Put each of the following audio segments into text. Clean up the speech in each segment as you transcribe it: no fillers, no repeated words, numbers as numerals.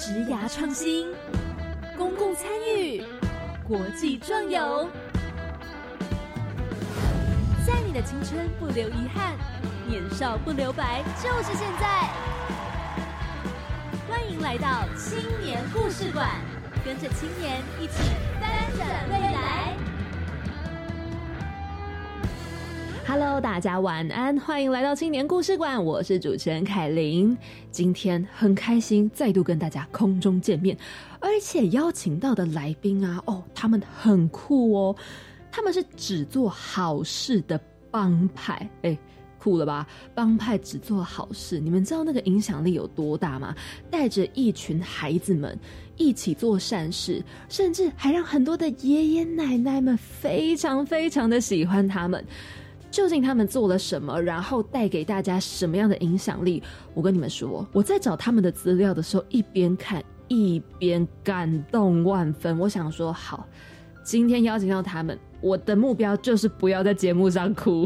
职涯创新、公共参与、国际壮游，在你的青春不留遗憾，年少不留白，就是现在。欢迎来到青年故事馆，跟着青年一起翻转未来。Hello， 大家晚安，欢迎来到青年故事馆，我是主持人凯琳。今天很开心再度跟大家空中见面，而且邀请到的来宾啊，他们很酷哦，他们是只做好事的帮派，酷了吧？帮派只做好事，你们知道那个影响力有多大吗？带着一群孩子们一起做善事，甚至还让很多的爷爷奶奶们非常非常的喜欢他们。究竟他们做了什么，然后带给大家什么样的影响力？我跟你们说，我在找他们的资料的时候，一边看一边感动万分。我想说，好，今天邀请到他们，我的目标就是不要在节目上哭。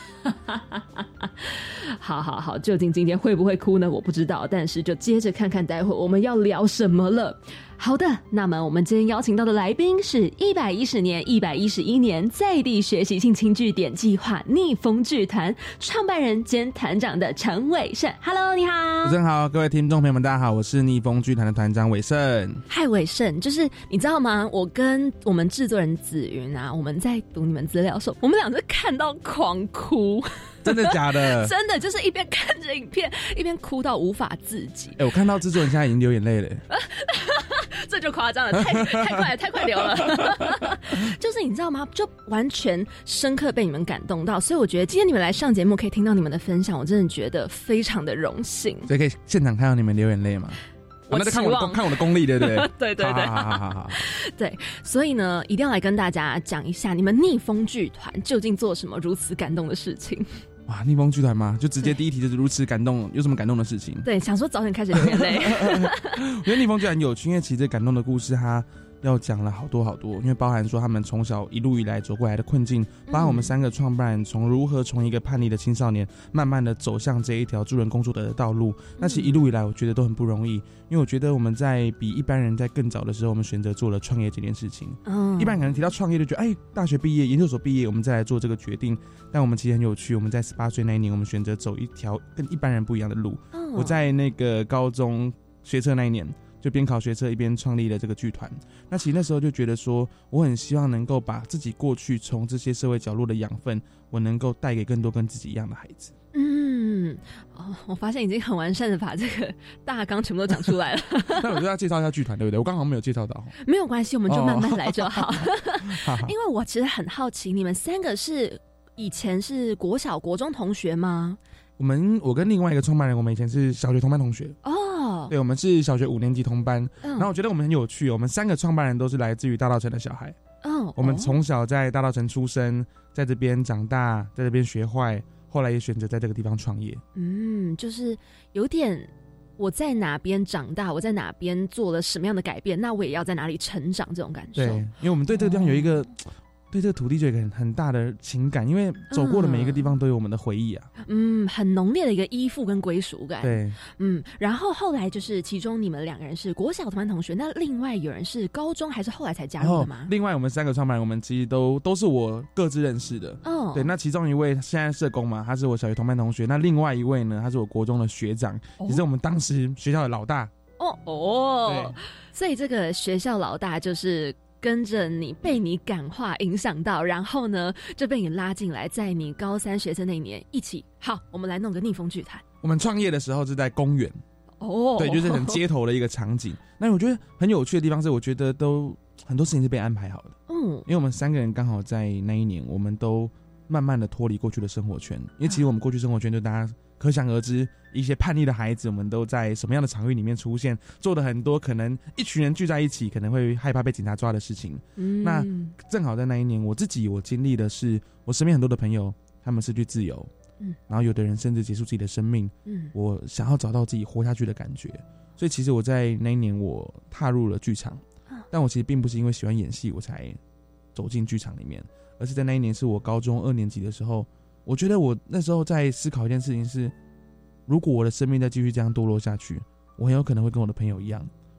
好，究竟今天会不会哭呢？我不知道，但是就接着看看待会我们要聊什么了。好的，那么我们今天邀请到的来宾是110年、111年在地学习性轻据点计划逆风剧团创办人兼团长的陈伟胜。Hello， 你好。 主持人好，各位听众朋友们，大家好，我是逆风剧团的团长伟胜。 嗨，伟胜，就是你知道吗？我跟我们制作人子云啊，我们在读你们资料的时候，我们俩就看到狂哭。 真的假的？ 真的，就是一边看着影片，一边哭到无法自己。 我看到制作人现在已经流眼泪了。 这就夸张了，太快流了。就是你知道吗？就完全深刻被你们感动到，所以我觉得今天你们来上节目，可以听到你们的分享，我真的觉得非常的荣幸。 所以可以现场看到你们流眼泪吗？那就看我的功力，对不对？ 对。好。对，所以呢，一定要来跟大家讲一下，你们逆风剧团究竟做什么如此感动的事情。 哇，逆风剧团吗？就直接第一题就是如此感动，有什么感动的事情？ 对，想说早点开始流眼泪。 我觉得逆风剧团很有趣，因为其实这感动的故事它要讲了好多，因为包含说他们从小一路以来走过来的困境，包含我们3个创办人从如何从一个叛逆的青少年，慢慢的走向这一条助人工作者的道路。那其实一路以来，我觉得都很不容易，因为我觉得我们在比一般人在更早的时候，我们选择做了创业这件事情。一般人可能提到创业就觉得，大学毕业、研究所毕业，我们再来做这个决定。但我们其实很有趣，我们在18岁那一年，我们选择走一条跟一般人不一样的路。我在那个高中学测那一年，就边考学测一边创立了这个剧团。那其实那时候就觉得说，我很希望能够把自己过去从这些社会角落的养分，我能够带给更多跟自己一样的孩子。 我发现已经很完善的把这个大纲全部都讲出来了。 那我就要介绍一下剧团，对不对？我刚好没有介绍到。 没有关系，我们就慢慢来就好。因为我其实很好奇，你们3个是以前是国小、国中同学吗？ 我跟另外一个创办人，我们以前是小学同班同学。对，我们是小学5年级同班。然后我觉得我们很有趣，我们3个创办人都是来自于大稻埕的小孩。我们从小在大稻埕出生，在这边长大，在这边学坏，后来也选择在这个地方创业。 就是有点我在哪边长大，我在哪边做了什么样的改变，那我也要在哪里成长，这种感受。 对，因为我们对这个地方有一个对这个土地就有一个很大的情感，因为走过的每一个地方都有我们的回忆啊。 很浓烈的一个依附跟归属感。 对， 然后后来就是其中你们2个人是国小同班同学，那另外有人是高中还是后来才加入的吗？ 另外我们3个创办人，我们其实都是我各自认识的。对，那其中一位现在社工嘛，他是我小学同班同学，那另外一位呢，他是我国中的学长，也是我们当时学校的老大。 对，所以这个学校老大就是跟着你，被你感化影响到，然后呢就被你拉进来，在你高3学生那一年一起，好，我们来弄个逆风剧团。 我们创业的时候是在公园。对，就是很街头的一个场景。那我觉得很有趣的地方是，我觉得都很多事情是被安排好的。因为我们3个人刚好在那一年，我们都慢慢的脱离过去的生活圈。因为其实我们过去生活圈就大家可想而知，一些叛逆的孩子，我们都在什么样的场域里面出现，做的很多可能一群人聚在一起可能会害怕被警察抓的事情。那正好在那一年，我经历的是，我身边很多的朋友他们失去自由，然后有的人甚至结束自己的生命。我想要找到自己活下去的感觉，所以其实我在那一年我踏入了剧场。但我其实并不是因为喜欢演戏我才走进剧场里面，而是在那一年是我高中2年级的时候，我觉得我那时候在思考一件事情是，如果我的生命再继续这样堕落下去，我很有可能会跟我的朋友一样，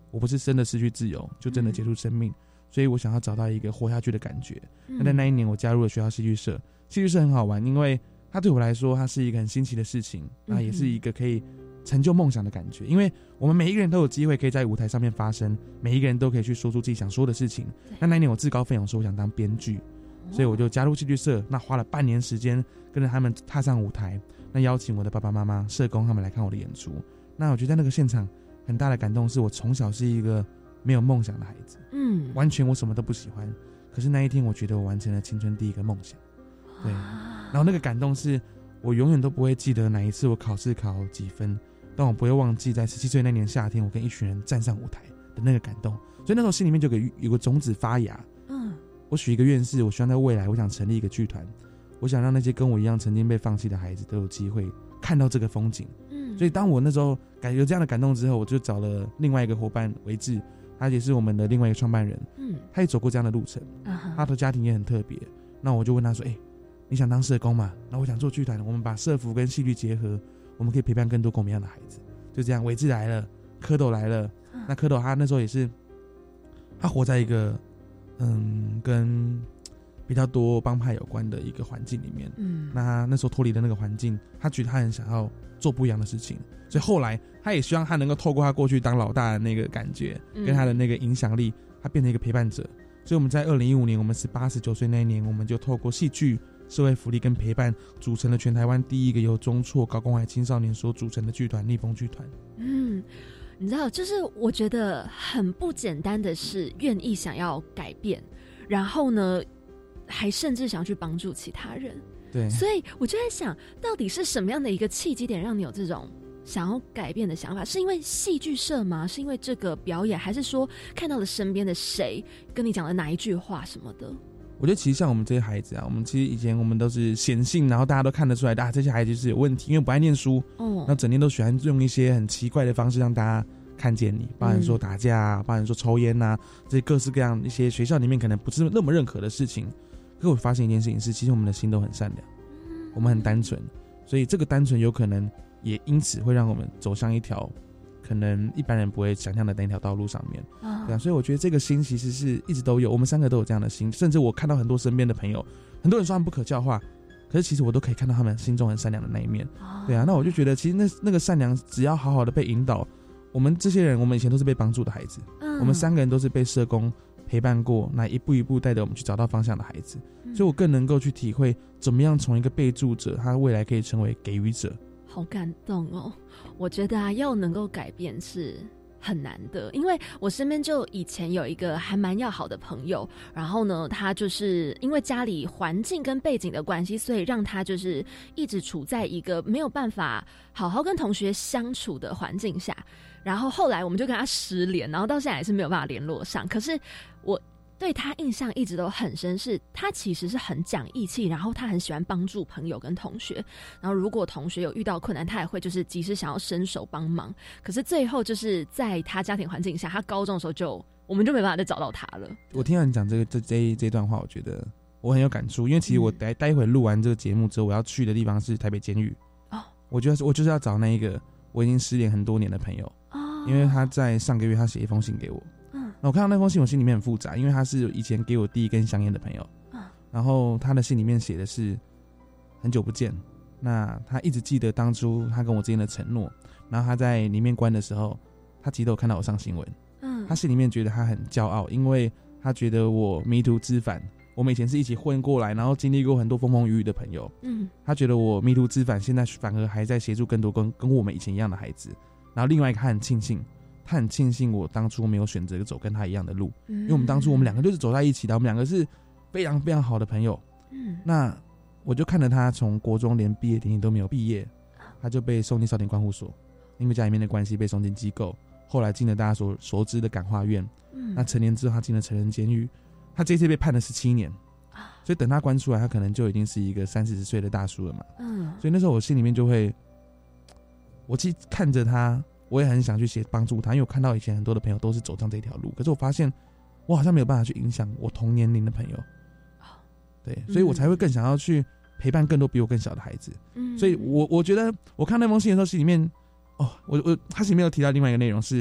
我不是真的失去自由，就真的结束生命，所以我想要找到一个活下去的感觉。那在那一年，我加入了学校戏剧社。戏剧社很好玩，因为它对我来说，它是一个很新奇的事情，那也是一个可以成就梦想的感觉。因为我们每一个人都有机会可以在舞台上面发声，每一个人都可以去说出自己想说的事情。那一年我自告奋勇说我想当编剧，所以我就加入戏剧社。那花了半年时间，跟着他们踏上舞台，那邀请我的爸爸妈妈、社工他们来看我的演出。那我觉得在那个现场很大的感动是我从小是一个没有梦想的孩子，完全我什么都不喜欢。可是那一天我觉得我完成了青春第一个梦想，对。然后那个感动是我永远都不会记得哪一次我考试考几分，但我不会忘记在17岁那年夏天，我跟一群人站上舞台的那个感动。所以那时候心里面就有个种子发芽。我许一个愿是，我希望在未来，我想成立一个剧团，我想让那些跟我一样曾经被放弃的孩子都有机会看到这个风景。所以当我那时候有这样的感动之后，我就找了另外一个伙伴维志，他也是我们的另外一个创办人。他也走过这样的路程，他的家庭也很特别。那我就问他说：你想当社工吗？那我想做剧团，我们把社福跟戏剧结合，我们可以陪伴更多跟我们一样的孩子。就这样，维志来了，蝌蚪来了。那蝌蚪他那时候也是，他活在一个跟比较多帮派有关的一个环境里面。那他那时候脱离了那个环境，他觉得他很想要做不一样的事情，所以后来他也希望他能够透过他过去当老大的那个感觉，跟他的那个影响力，他变成一个陪伴者。所以我们在2015年，我们18、19岁那一年，我们就透过戏剧、社会福利跟陪伴，组成了全台湾第一个由中辍高关怀青少年所组成的剧团——逆风剧团。 你知道，就是我觉得很不简单的是，愿意想要改变，然后呢，还甚至想去帮助其他人。 对， 所以我就在想，到底是什么样的一个契机点，让你有这种想要改变的想法？是因为戏剧社吗？是因为这个表演，还是说看到了身边的谁跟你讲了哪一句话什么的？ 我觉得其实像我们这些孩子啊，我们其实以前我们都是显性，然后大家都看得出来这些孩子就是有问题，因为不爱念书，那整天都喜欢用一些很奇怪的方式让大家看见你，包含说打架啊，包含说抽烟啊，这些各式各样一些学校里面可能不是那么认可的事情。可我发现一件事情是，其实我们的心都很善良，我们很单纯，所以这个单纯有可能也因此会让我们走向一条可能一般人不会想象的那条道路上面。对啊，所以我觉得这个心其实是一直都有，我们3个都有这样的心，甚至我看到很多身边的朋友，很多人说他们不可教化，可是其实我都可以看到他们心中很善良的那一面。对啊，那我就觉得其实那个善良只要好好的被引导，我们这些人我们以前都是被帮助的孩子，我们3个人都是被社工陪伴过，那一步一步带着我们去找到方向的孩子，所以我更能够去体会怎么样从一个被助者，他未来可以成为给予者。 好感动哦！我觉得啊，要能够改变是很难的，因为我身边就以前有一个还蛮要好的朋友，然后呢，他就是因为家里环境跟背景的关系，所以让他就是一直处在一个没有办法好好跟同学相处的环境下。然后后来我们就跟他失联，然后到现在也是没有办法联络上。可是我对他印象一直都很深，是他其实是很讲义气，然后他很喜欢帮助朋友跟同学，然后如果同学有遇到困难，他也会就是及时想要伸手帮忙。可是最后就是在他家庭环境下，他高中的时候我们就没办法再找到他了。 我听到你讲这段话，我觉得我很有感触，因为其实我待会录完这个节目之后，我要去的地方是台北监狱。我就是要找那一个我已经失联很多年的朋友，因为他在上个月他写一封信给我。那我看到那封信，我心里面很复杂，因为他是以前给我第一根香烟的朋友，然后他的信里面写的是很久不见，那他一直记得当初他跟我之间的承诺，然后他在里面关的时候，他记得我看到我上新闻，他心里面觉得他很骄傲，因为他觉得我迷途知返，我们以前是一起混过来，然后经历过很多风风雨雨的朋友，他觉得我迷途知返，现在反而还在协助更多跟我们以前一样的孩子，然后另外一个他很庆幸我当初没有选择走跟他一样的路，因为我们当初我们2个就是走在一起的，我们2个是非常非常好的朋友。那我就看着他从国中连毕业典礼都没有毕业，他就被送进少年观护所，因为家里面的关系被送进机构，后来进了大家所熟知的感化院。那成年之后他进了成人监狱，他这次被判了17年，所以等他关出来，他可能就已经是一个30-40岁的大叔了嘛。所以那时候我心里面就会，我其实看着他，我也很想去帮助他，因为我看到以前很多的朋友都是走上这条路，可是我发现我好像没有办法去影响我同年龄的朋友，对，所以我才会更想要去陪伴更多比我更小的孩子。所以我觉得我看那封信的时候，心里面他心里面有提到另外一个内容是，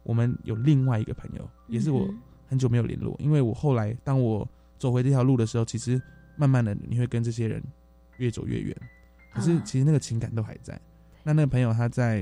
我们有另外一个朋友，也是我很久没有联络，因为我后来当我走回这条路的时候，其实慢慢的你会跟这些人越走越远，可是其实那个情感都还在。那个朋友他在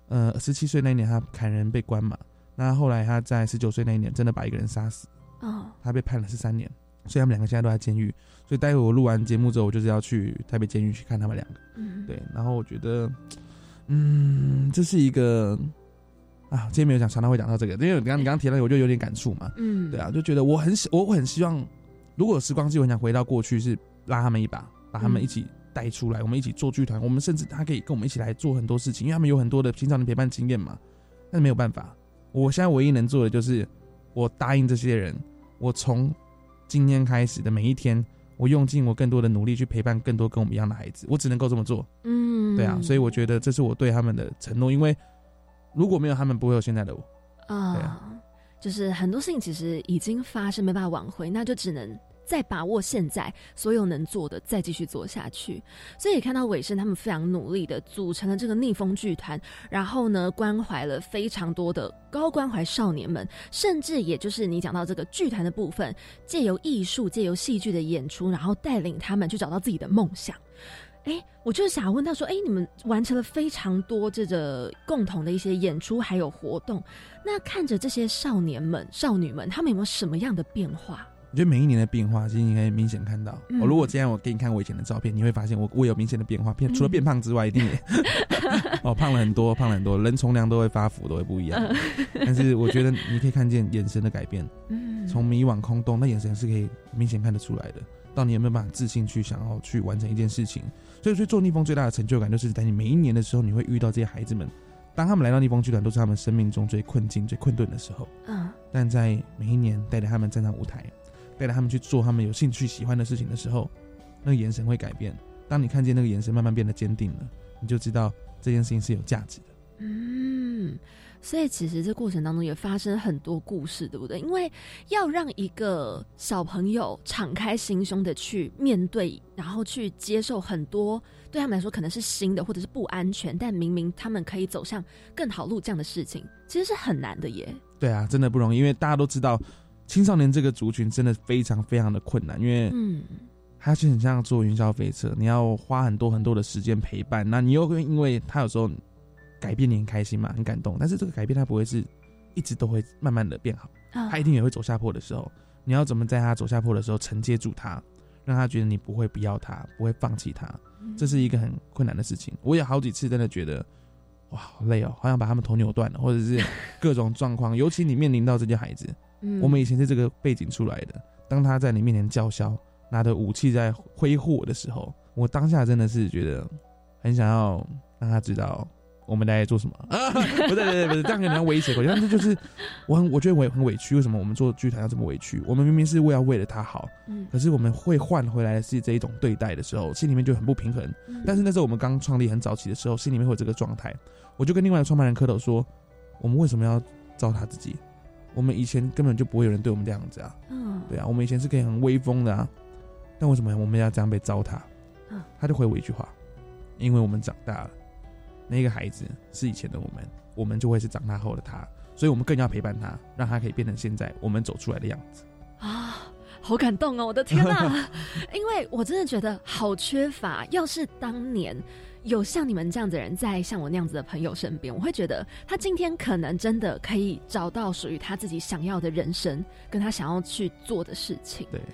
17岁那一年他砍人被关嘛，那后来他在19岁那一年真的把一个人杀死，他被判了13年，所以他们两个现在都在监狱。所以待会我录完节目之后，我就是要去台北监狱去看他们两个。对，然后我觉得这是一个今天没有想到会讲到这个，因为你刚刚提到我就有点感触嘛。对啊，就觉得我很希望，如果有时光机，我很想回到过去，是拉他们一把，把他们一起带出来，我们一起做剧团，我们甚至他可以跟我们一起来做很多事情，因为他们有很多的青少年陪伴经验嘛。但是没有办法，我现在唯一能做的就是我答应这些人，我从今天开始的每一天，我用尽我更多的努力去陪伴更多跟我们一样的孩子，我只能够这么做。对啊，所以我觉得这是我对他们的承诺，因为如果没有他们，不会有现在的我。对啊， 就是很多事情其实已经发生，没办法挽回，那就只能再把握现在所有能做的，再继续做下去。所以也看到瑋盛他们非常努力的组成了这个逆风剧团，然后呢关怀了非常多的高关怀少年们，甚至也就是你讲到这个剧团的部分，借由艺术借由戏剧的演出，然后带领他们去找到自己的梦想。我就是想问他说，你们完成了非常多这个共同的一些演出还有活动，那看着这些少年们少女们，他们有没有什么样的变化？ 我觉得每一年的变化其实你可以明显看到。如果今天我给你看我以前的照片，你会发现我有明显的变化，除了变胖之外，一定也胖了很多，人从良都会发福，都会不一样。但是我觉得你可以看见眼神的改变，从迷惘空洞，那眼神是可以明显看得出来的。到你有没有办法自信去想要去完成一件事情。所以做逆风最大的成就感就是在你每一年的时候，你会遇到这些孩子们，当他们来到逆风剧团，都是他们生命中最困境最困顿的时候。但在每一年带着他们站上舞台，带着他们去做他们有兴趣喜欢的事情的时候，那个眼神会改变。当你看见那个眼神慢慢变得坚定了，你就知道这件事情是有价值的。 所以其实这过程当中也发生很多故事，对不对？因为要让一个小朋友敞开心胸的去面对，然后去接受很多对他们来说可能是新的或者是不安全，但明明他们可以走向更好路这样的事情，其实是很难的耶。 对啊，真的不容易，因为大家都知道青少年这个族群真的非常非常的困难，因为他就很像坐云霄飞车，你要花很多很多的时间陪伴，那你又会因为他有时候改变你很开心嘛，很感动，但是这个改变它不会是一直都会慢慢的变好，他一定也会走下坡的时候，你要怎么在他走下坡的时候承接住他，让他觉得你不会不要他，不会放弃他，这是一个很困难的事情。我有好几次真的觉得哇好累好想把他们头扭断了，或者是各种状况尤其你面临到这些孩子，我们以前是这个背景出来的，当他在你面前叫嚣，拿着武器在挥霍的时候，我当下真的是觉得很想要让他知道我们在做什么不是这样可能要威胁，但是就是我觉得我也很委屈，为什么我们做剧团要这么委屈？我们明明是为了他好，可是我们会换回来的是这一种对待的时候，心里面就很不平衡。但是那时候我们刚创立很早期的时候，心里面会有这个状态。我就跟另外的创办人蝌蚪说，我们为什么要糟蹋自己？我们以前根本就不会有人对我们这样子啊，对啊，我们以前是可以很威风的啊，但为什么我们要这样被糟蹋？他就回我一句话，因为我们长大了。那个孩子是以前的我们就会是长大后的他，所以我们更要陪伴他，让他可以变成现在我们走出来的样子啊！好感动哦，我的天哪！因为我真的觉得好缺乏，要是当年有像你们这样的人在像我那样子的朋友身边，我会觉得他今天可能真的可以找到属于他自己想要的人生，跟他想要去做的事情。 对，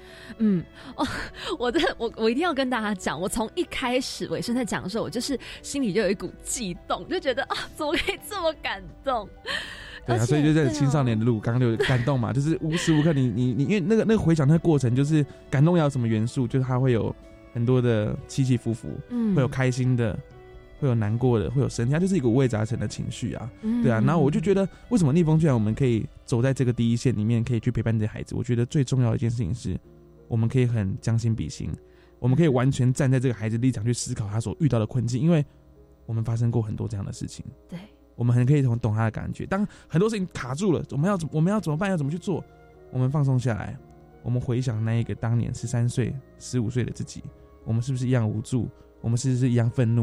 我一定要跟大家讲，我从一开始瑋盛在讲的时候，我就是心里就有一股悸动，就觉得怎么可以这么感动？ 对啊，所以就在青少年的路，刚刚就有感动嘛，就是无时无刻你因为那个回想那个过程，就是感动要有什么元素，就是它会有很多的起起伏伏，会有开心的，会有难过的，会有生气，它就是一个五味杂陈的情绪啊，对啊。然后我就觉得，为什么逆风居然我们可以走在这个第一线里面，可以去陪伴这些孩子？我觉得最重要的一件事情是，我们可以很将心比心，我们可以完全站在这个孩子立场去思考他所遇到的困境，因为我们发生过很多这样的事情。 对。 我们很可以懂他的感觉，当很多事情卡住了，我们要怎么办？要怎么去做？我们放松下来，我们回想那一个当年13岁、15岁的自己，我们是不是一样无助？我们是不是一样愤怒？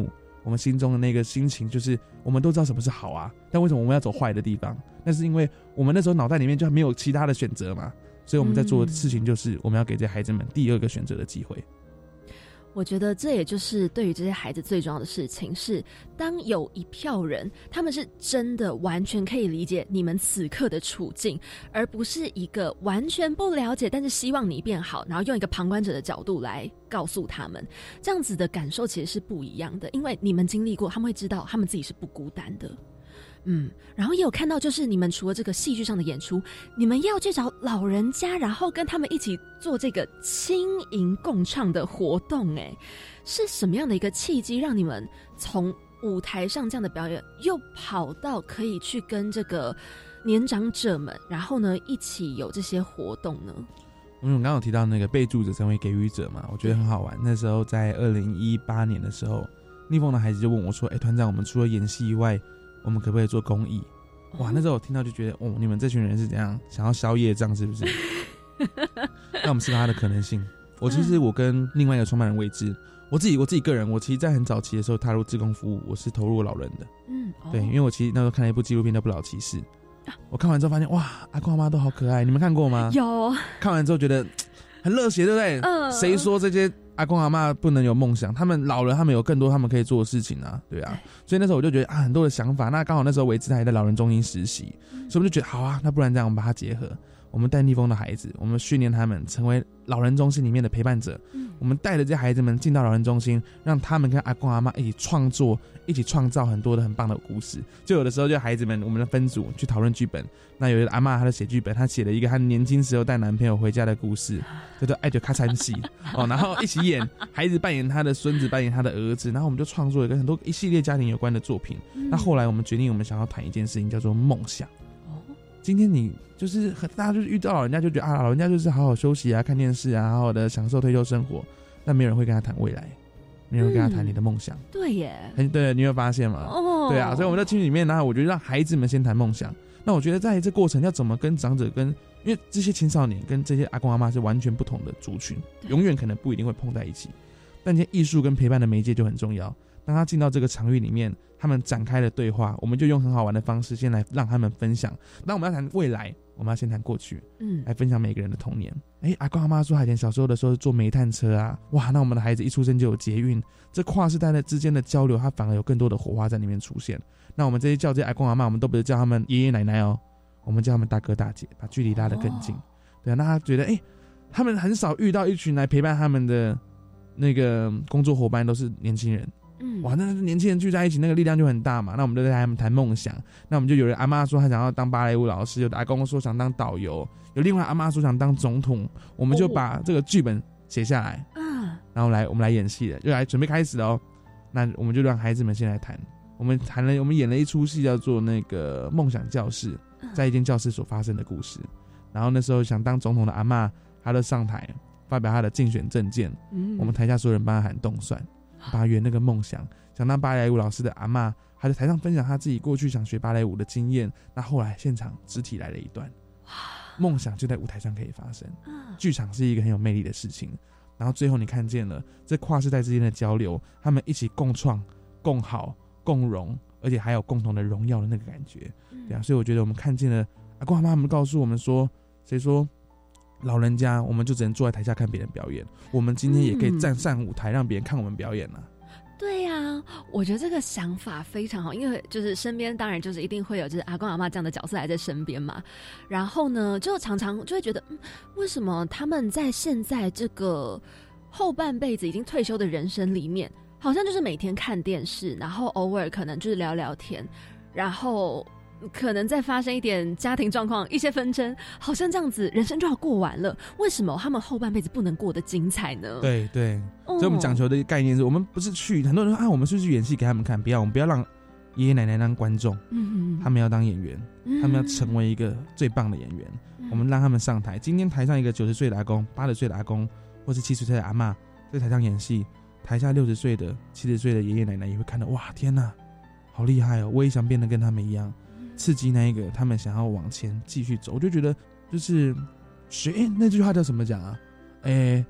我们心中的那个心情，就是我们都知道什么是好啊，但为什么我们要走坏的地方？那是因为我们那时候脑袋里面就没有其他的选择嘛，所以我们在做的事情就是我们要给这些孩子们第二个选择的机会。 我觉得这也就是对于这些孩子最重要的事情是，当有一票人他们是真的完全可以理解你们此刻的处境，而不是一个完全不了解但是希望你变好，然后用一个旁观者的角度来告诉他们，这样子的感受其实是不一样的，因为你们经历过，他们会知道他们自己是不孤单的。然后也有看到，就是你们除了这个戏剧上的演出，你们要去找老人家，然后跟他们一起做这个轻盈共唱的活动。是什么样的一个契机，让你们从舞台上这样的表演，又跑到可以去跟这个年长者们，然后呢一起有这些活动呢？ 我刚刚有提到那个被助者成为给予者嘛，我觉得很好玩。那时候在2018年的时候，逆风的孩子就问我说：“团长，我们除了演戏以外，我们可不可以做公益？”哇，那时候我听到就觉得，你们这群人是怎样想要消业障是不是？那我们思考他的可能性。其实我跟另外一个创办人魏之，我自己个人，我其实在很早期的时候踏入志工服务，我是投入老人的。对，因为我其实那时候看了一部纪录片叫《不老骑士》，我看完之后发现，哇，阿公阿妈都好可爱，你们看过吗？ 有。看完之后觉得很热血，对不对？谁说这些阿公阿嬷不能有梦想？他们老了，他们有更多他们可以做的事情啊，对啊。所以那时候我就觉得很多的想法。那刚好那时候维兹还在老人中心实习，所以我们就觉得好啊，那不然这样我们把它结合。我们带逆风的孩子，我们训练他们成为老人中心里面的陪伴者。我们带着这些孩子们进到老人中心，让他们跟阿公阿嬷一起创作，一起创造很多的很棒的故事。就有的时候就孩子们，我们的分组去讨论剧本。那有一个阿嬷，她就写剧本，她写了一个她年轻时候带男朋友回家的故事，叫做《爱就卡餐戏》然后一起演，孩子扮演他的孙子，扮演他的儿子，然后我们就创作了很多一系列家庭有关的作品。那后来我们决定，我们想要谈一件事情，叫做梦想。今天你就是大家就是遇到老人家就觉得老人家就是好好休息啊，看电视啊，好好的享受退休生活，那没有人会跟他谈未来，没有人会跟他谈你的梦想。 对耶， 对，你有发现吗？对啊，所以我们在群里面，然后我觉得让孩子们先谈梦想。那我觉得在这过程要怎么跟长者因为这些青少年跟这些阿公阿嬷是完全不同的族群，永远可能不一定会碰在一起。但这些艺术跟陪伴的媒介就很重要。当他进到这个场域里面，他们展开了对话，我们就用很好玩的方式先来让他们分享。那我们要谈未来，我们要先谈过去，来分享每个人的童年。阿公阿嬷说，以前小时候的时候坐煤炭车啊，哇，那我们的孩子一出生就有捷运，这跨世代的之间的交流，它反而有更多的火花在里面出现。那我们这些叫这些阿公阿嬷，我们都不是叫他们爷爷奶奶我们叫他们大哥大姐，把距离拉得更近。对啊，那他觉得他们很少遇到一群来陪伴他们的那个工作伙伴都是年轻人。哇，那年轻人聚在一起，那个力量就很大嘛。那我们就在他们谈梦想。那我们就有人阿嬷说她想要当芭蕾舞老师，有的阿公说想当导游，有另外阿嬷说想当总统。我们就把这个剧本写下来，然后我们来演戏了，就来准备开始了那我们就让孩子们先来谈。我们演了一出戏，叫做那个梦想教室，在一间教室所发生的故事。然后那时候想当总统的阿嬷，她就上台发表她的竞选政见。我们台下所有人帮她喊动算。帮他圆那个梦想，想当芭蕾舞老师的阿嬷，还在台上分享他自己过去想学芭蕾舞的经验。那后来现场肢体来了一段，梦想就在舞台上可以发生。剧场是一个很有魅力的事情。然后最后你看见了这跨世代之间的交流，他们一起共创、共好、共荣，而且还有共同的荣耀的那个感觉。对啊，所以我觉得我们看见了阿公阿嬷他们告诉我们说，谁说老人家我们就只能坐在台下看别人表演，我们今天也可以站上舞台让别人看我们表演啊。 对呀，我觉得这个想法非常好，因为就是身边当然就是一定会有就是阿公阿嬷这样的角色还在身边嘛，然后呢就常常就会觉得为什么他们在现在这个后半辈子已经退休的人生里面，好像就是每天看电视，然后偶尔可能就是聊聊天，然后可能再发生一点家庭状况，一些纷争，好像这样子人生就要过完了。为什么他们后半辈子不能过得精彩呢？ 对对，所以我们讲求的概念是我们不是去，很多人说我们是去演戏给他们看，我们不要让爷爷奶奶当观众，他们要当演员，他们要成为一个最棒的演员。我们让他们上台，今天台上一个90岁的阿公、80岁的阿公，或是70岁的阿嬷在台上演戏，台下60岁的、70岁的爷爷奶奶也会看到，哇，天哪，好厉害哦！我也想变得跟他们一样。刺激那一个他们想要往前继续走，我就觉得就是那句话叫什么讲啊？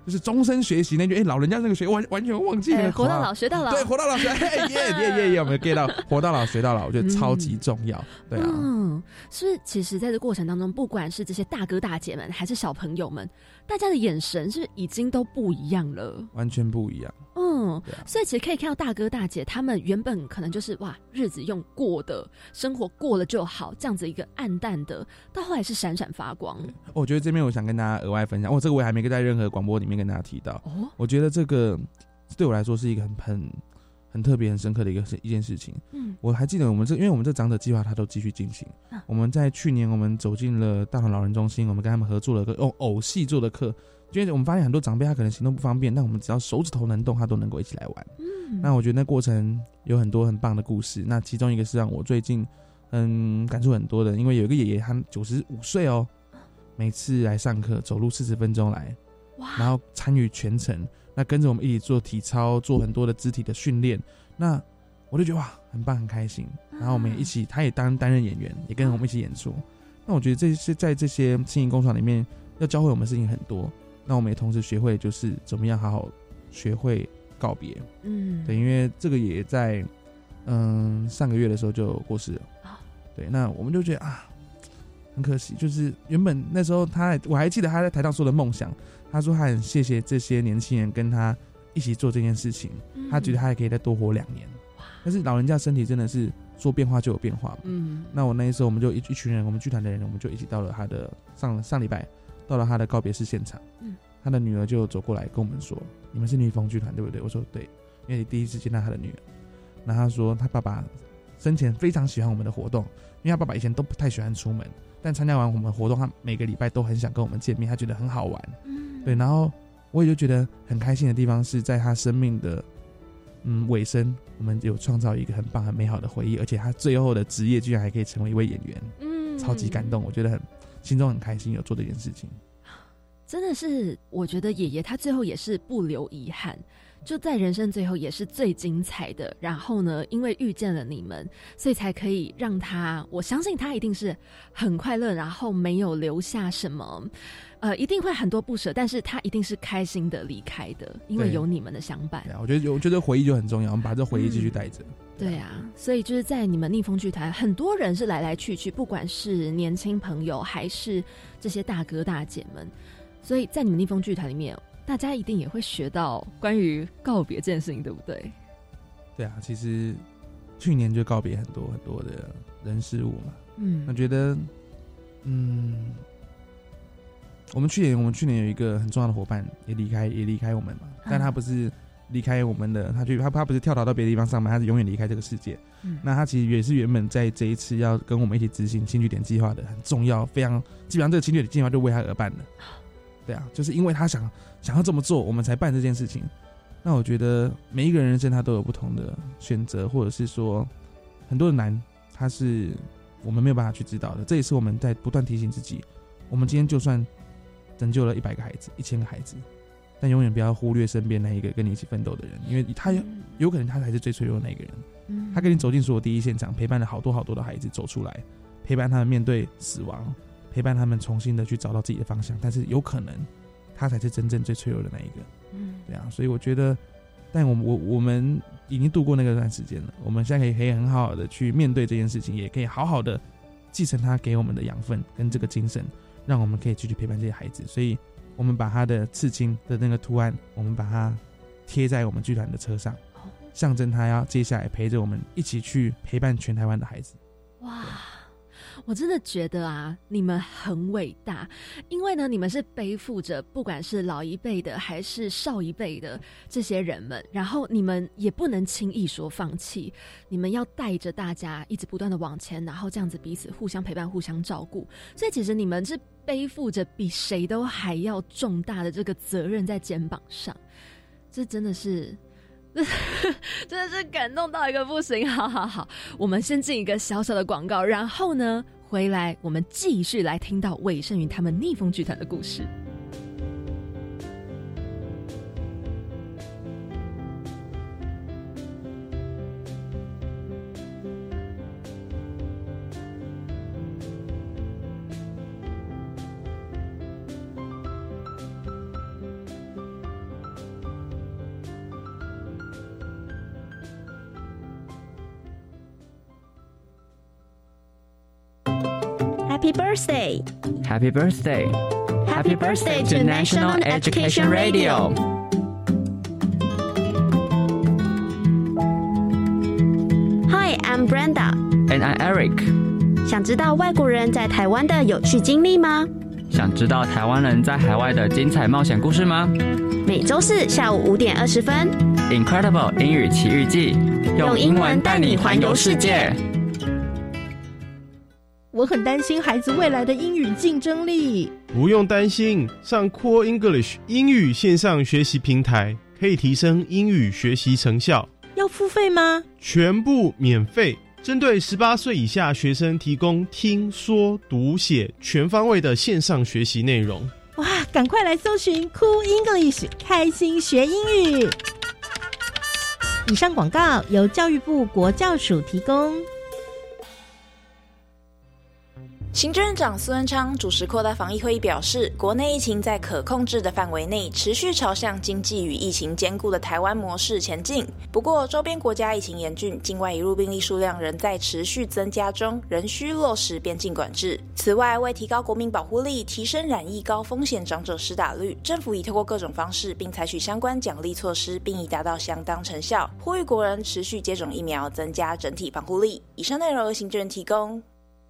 就是终身学习那句，老人家那个学完全忘记了， 活到老学到老， 对，活到老学，耶，有没有 get 到？活到老学到老，我觉得超级重要，对啊， 是其实在这过程当中，不管是这些大哥大姐们，还是小朋友们，大家的眼神是已经都不一样了， 完全不一样。 所以其实可以看到大哥大姐他们原本可能就是日子用过的，生活过了就好，这样子一个暗淡的，到后来是闪闪发光。 我觉得这边我想跟大家额外分享，这个我也还没在任何广播里面跟大家提到。我觉得这个对我来说是一个很特别、很深刻的一件事情。我还记得因为我们这长者计划它都继续进行。我们在去年我们走进了大同老人中心，我们跟他们合作了个用偶戏做的课。因为我们发现很多长辈他可能行动不方便，但我们只要手指头能动，他都能够一起来玩。那我觉得那过程有很多很棒的故事。那其中一个是让我最近感触很多的，因为有一个爷爷他95岁每次来上课走路40分钟来，然后参与全程，那跟着我们一起做体操，做很多的肢体的训练。那我就觉得很棒很开心。然后我们也一起，他也担任演员，也跟我们一起演出。那我觉得这是在这些青营工厂里面要教会我们的事情很多。那我们也同时学会就是怎么样好好学会告别。对，因为这个也在上个月的时候就过世了。对，那我们就觉得很可惜，就是原本那时候我还记得他在台上说的梦想，他说他很谢谢这些年轻人跟他一起做这件事情，他觉得他还可以再多活2年。但是老人家身体真的是说变化就有变化嘛。那我那时候我们就一群人，我们剧团的人，我们就一起到了他的上礼拜到了他的告别式现场。他的女儿就走过来跟我们说：“你们是逆风剧团对不对？”我说：“对。”因为你第一次见到他的女儿。那他说他爸爸生前非常喜欢我们的活动，因为他爸爸以前都不太喜欢出门，但参加完我们活动，他每个礼拜都很想跟我们见面，他觉得很好玩。对，然后我也就觉得很开心的地方是在他生命的尾声，我们有创造一个很棒很美好的回忆，而且他最后的职业居然还可以成为一位演员。超级感动，我觉得心中很开心有做这件事情。 真的是，我觉得爷爷他最后也是不留遗憾，就在人生最后也是最精彩的。然后呢，因为遇见了你们，所以才可以让他，我相信他一定是很快乐，然后没有留下什么，一定会很多不舍，但是他一定是开心的离开的，因为有你们的相伴。 对啊，我觉得回忆就很重要，我们把这回忆继续带着。 对啊，所以就是在你们逆风剧团，很多人是来来去去，不管是年轻朋友还是这些大哥大姐们。所以在你们逆风剧团里面，大家一定也会学到关于告别这件事情，对不对？ 对啊，其实去年就告别很多很多的人事物嘛。我觉得，我们去年有一个很重要的伙伴也离开我们嘛，但他不是离开我们的，他不是跳槽到别的地方上班，他是永远离开这个世界。那他其实也是原本在这一次要跟我们一起执行轻据点计划的很重要，非常基本上这个轻据点计划就为他而办的。对啊，就是因为他想要这么做，我们才办这件事情。那我觉得每一个人生他都有不同的选择，或者是说很多的难，他是我们没有办法去知道的。这也是我们在不断提醒自己，我们今天就算拯救了100个孩子、1000个孩子，但永远不要忽略身边那一个跟你一起奋斗的人，因为他有可能他才是最脆弱的那个人。他跟你走进所有第一现场，陪伴了好多好多的孩子走出来，陪伴他们面对死亡，陪伴他们重新的去找到自己的方向，但是有可能他才是真正最脆弱的那一个。对啊，所以我觉得，但我们已经度过那个段时间了，我们现在可以很好好的去面对这件事情，也可以好好的继承他给我们的养分跟这个精神，让我们可以继续陪伴这些孩子。所以我们把他的刺青的那个图案，我们把它贴在我们剧团的车上，象征他要接下来陪着我们一起去陪伴全台湾的孩子。 哇，我真的觉得啊，你们很伟大，因为呢，你们是背负着不管是老一辈的还是少一辈的这些人们，然后你们也不能轻易说放弃，你们要带着大家一直不断的往前，然后这样子彼此互相陪伴、互相照顾，所以其实你们是背负着比谁都还要重大的这个责任在肩膀上，这真的是真的是感动到一个不行。好，我们先进一个小小的广告，然后呢回来我们继续来听到韦胜云他们逆风剧团的故事。 Happy birthday! Happy birthday! Happy birthday to National Education Radio! Hi, I'm Brenda. And I'm Eric. 想知道外国人在台湾的有趣经历吗？ 想知道台湾人在海外的精彩冒险故事吗？ 每周四下午5点20分 ，Incredible 英语奇遇记，用英文带你环游世界。 我很担心孩子未来的英语竞争力。 不用担心，上 Core English 英语线上学习平台可以提升英语学习成效。 要付费吗？ 全部免费，针对18岁以下学生提供听说读写全方位的线上学习内容。 哇，赶快来搜寻 Cool English 开心学英语。以上广告由教育部国教署提供。 行政院长苏贞昌主持扩大防疫会议表示，国内疫情在可控制的范围内，持续朝向经济与疫情兼顾的台湾模式前进。不过，周边国家疫情严峻，境外移入病例数量仍在持续增加中，仍需落实边境管制。此外，为提高国民保护力，提升染疫高风险长者施打率，政府已透过各种方式，并采取相关奖励措施，并已达到相当成效，呼吁国人持续接种疫苗，增加整体防护力。以上内容由行政院提供。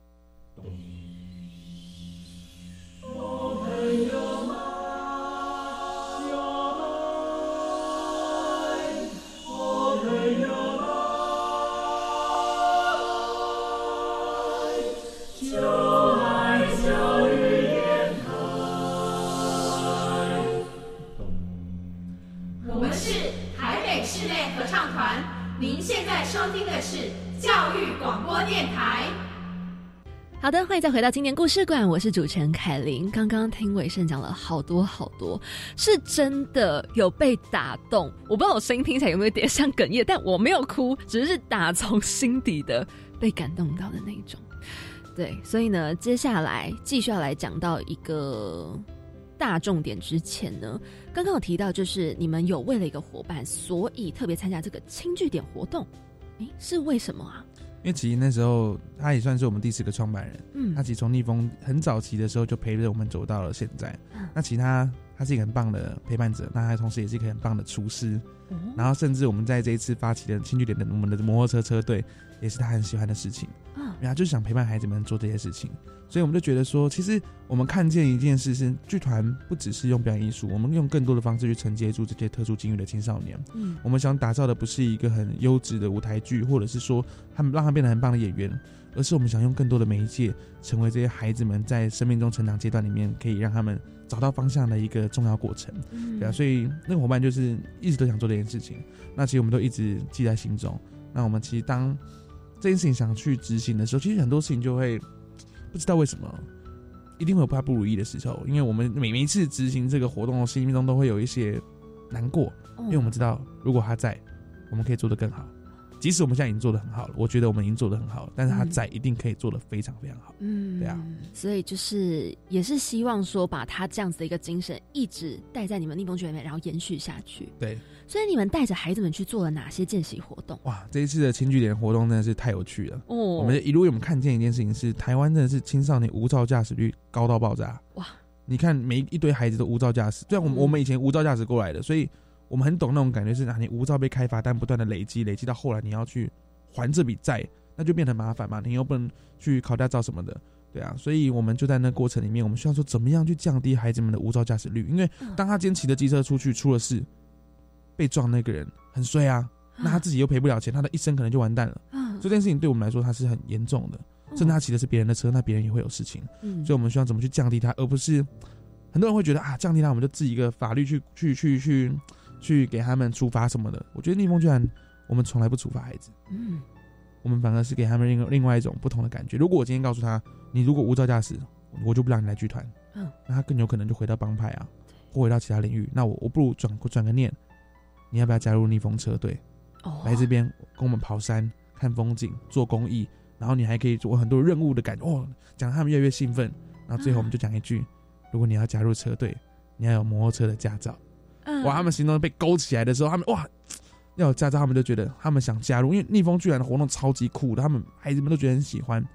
我们是台北室内合唱团，您现在收听的是教育广播电台。 好的，欢迎再回到青年故事馆，我是主持人凯琳。刚刚听伟盛讲了好多好多，是真的有被打动。我不知道我声音听起来有没有点像哽咽，但我没有哭，只是打从心底的被感动到的那种。对，所以呢，接下来继续要来讲到一个大重点之前呢，刚刚有提到就是你们有为了一个伙伴，所以特别参加这个轻据点活动，是为什么啊？ 因为其实那时候他也算是我们第4个创办人，他其实从逆风很早期的时候就陪着我们走到了现在。那其实他是一个很棒的陪伴者，那他同时也是一个很棒的厨师。然后甚至我们在这一次发起的轻据点的我们的摩托车车队，也是他很喜欢的事情。因为他就是想陪伴孩子们做这些事情，所以我们就觉得说，其实我们看见一件事是，剧团不只是用表演艺术，我们用更多的方式去承接住这些特殊境遇的青少年。我们想打造的不是一个很优质的舞台剧，或者是说他们让他变得很棒的演员，而是我们想用更多的媒介，成为这些孩子们在生命中成长阶段里面，可以让他们找到方向的一个重要过程。对啊，所以那个伙伴就是一直都想做这件事情，那其实我们都一直记在心中。那我们其实当这件事情想去执行的时候，其实很多事情就会不知道为什么一定会有他不如意的时候，因为我们每一次执行这个活动的心中都会有一些难过，因为我们知道如果他在，我们可以做得更好。即使我们现在已经做得很好了，我觉得我们已经做得很好了，但是他在一定可以做得非常非常好。对啊， 所以就是也是希望说把他这样子的一个精神一直带在你们逆风剧里面，然后延续下去。 对， 所以你们带着孩子们去做了哪些见习活动？ 哇，这一次的轻据点活动真的是太有趣了。我们一路我们看见一件事情是，台湾真的是青少年无照驾驶率高到爆炸。哇，你看每一堆孩子都无照驾驶，虽然我们以前无照驾驶过来的，所以我们很懂那种感觉是你无照被开罚单不断的累积到后来你要去还这笔债，那就变得麻烦嘛，你又不能去考驾照什么的。对啊，所以我们就在那过程里面，我们需要说怎么样去降低孩子们的无照驾驶率，因为当他今天骑着机车出去出了事，被撞那个人很衰啊，那他自己又赔不了钱，他的一生可能就完蛋了。所以这件事情对我们来说他是很严重的，甚至他骑的是别人的车，那别人也会有事情。所以我们需要怎么去降低他，而不是很多人会觉得降低他我们就自己一个法律去给他们处罚什么的。我觉得逆风居然我们从来不处罚孩子，我们反而是给他们另外一种不同的感觉。如果我今天告诉他，你如果无照驾驶，我就不让你来剧团，那他更有可能就回到帮派啊，或回到其他领域。那我不如转个念，你要不要加入逆风车队，来这边跟我们跑山、看风景、做公益，然后你还可以做很多任务的感觉。讲他们越来越兴奋，然后最后我们就讲一句：如果你要加入车队，你要有摩托车的驾照。哇，他们心中被勾起来的时候，他们要有驾照，他们就觉得他们想加入，因为逆风居然的活动超级酷的，他们孩子们都觉得很喜欢。然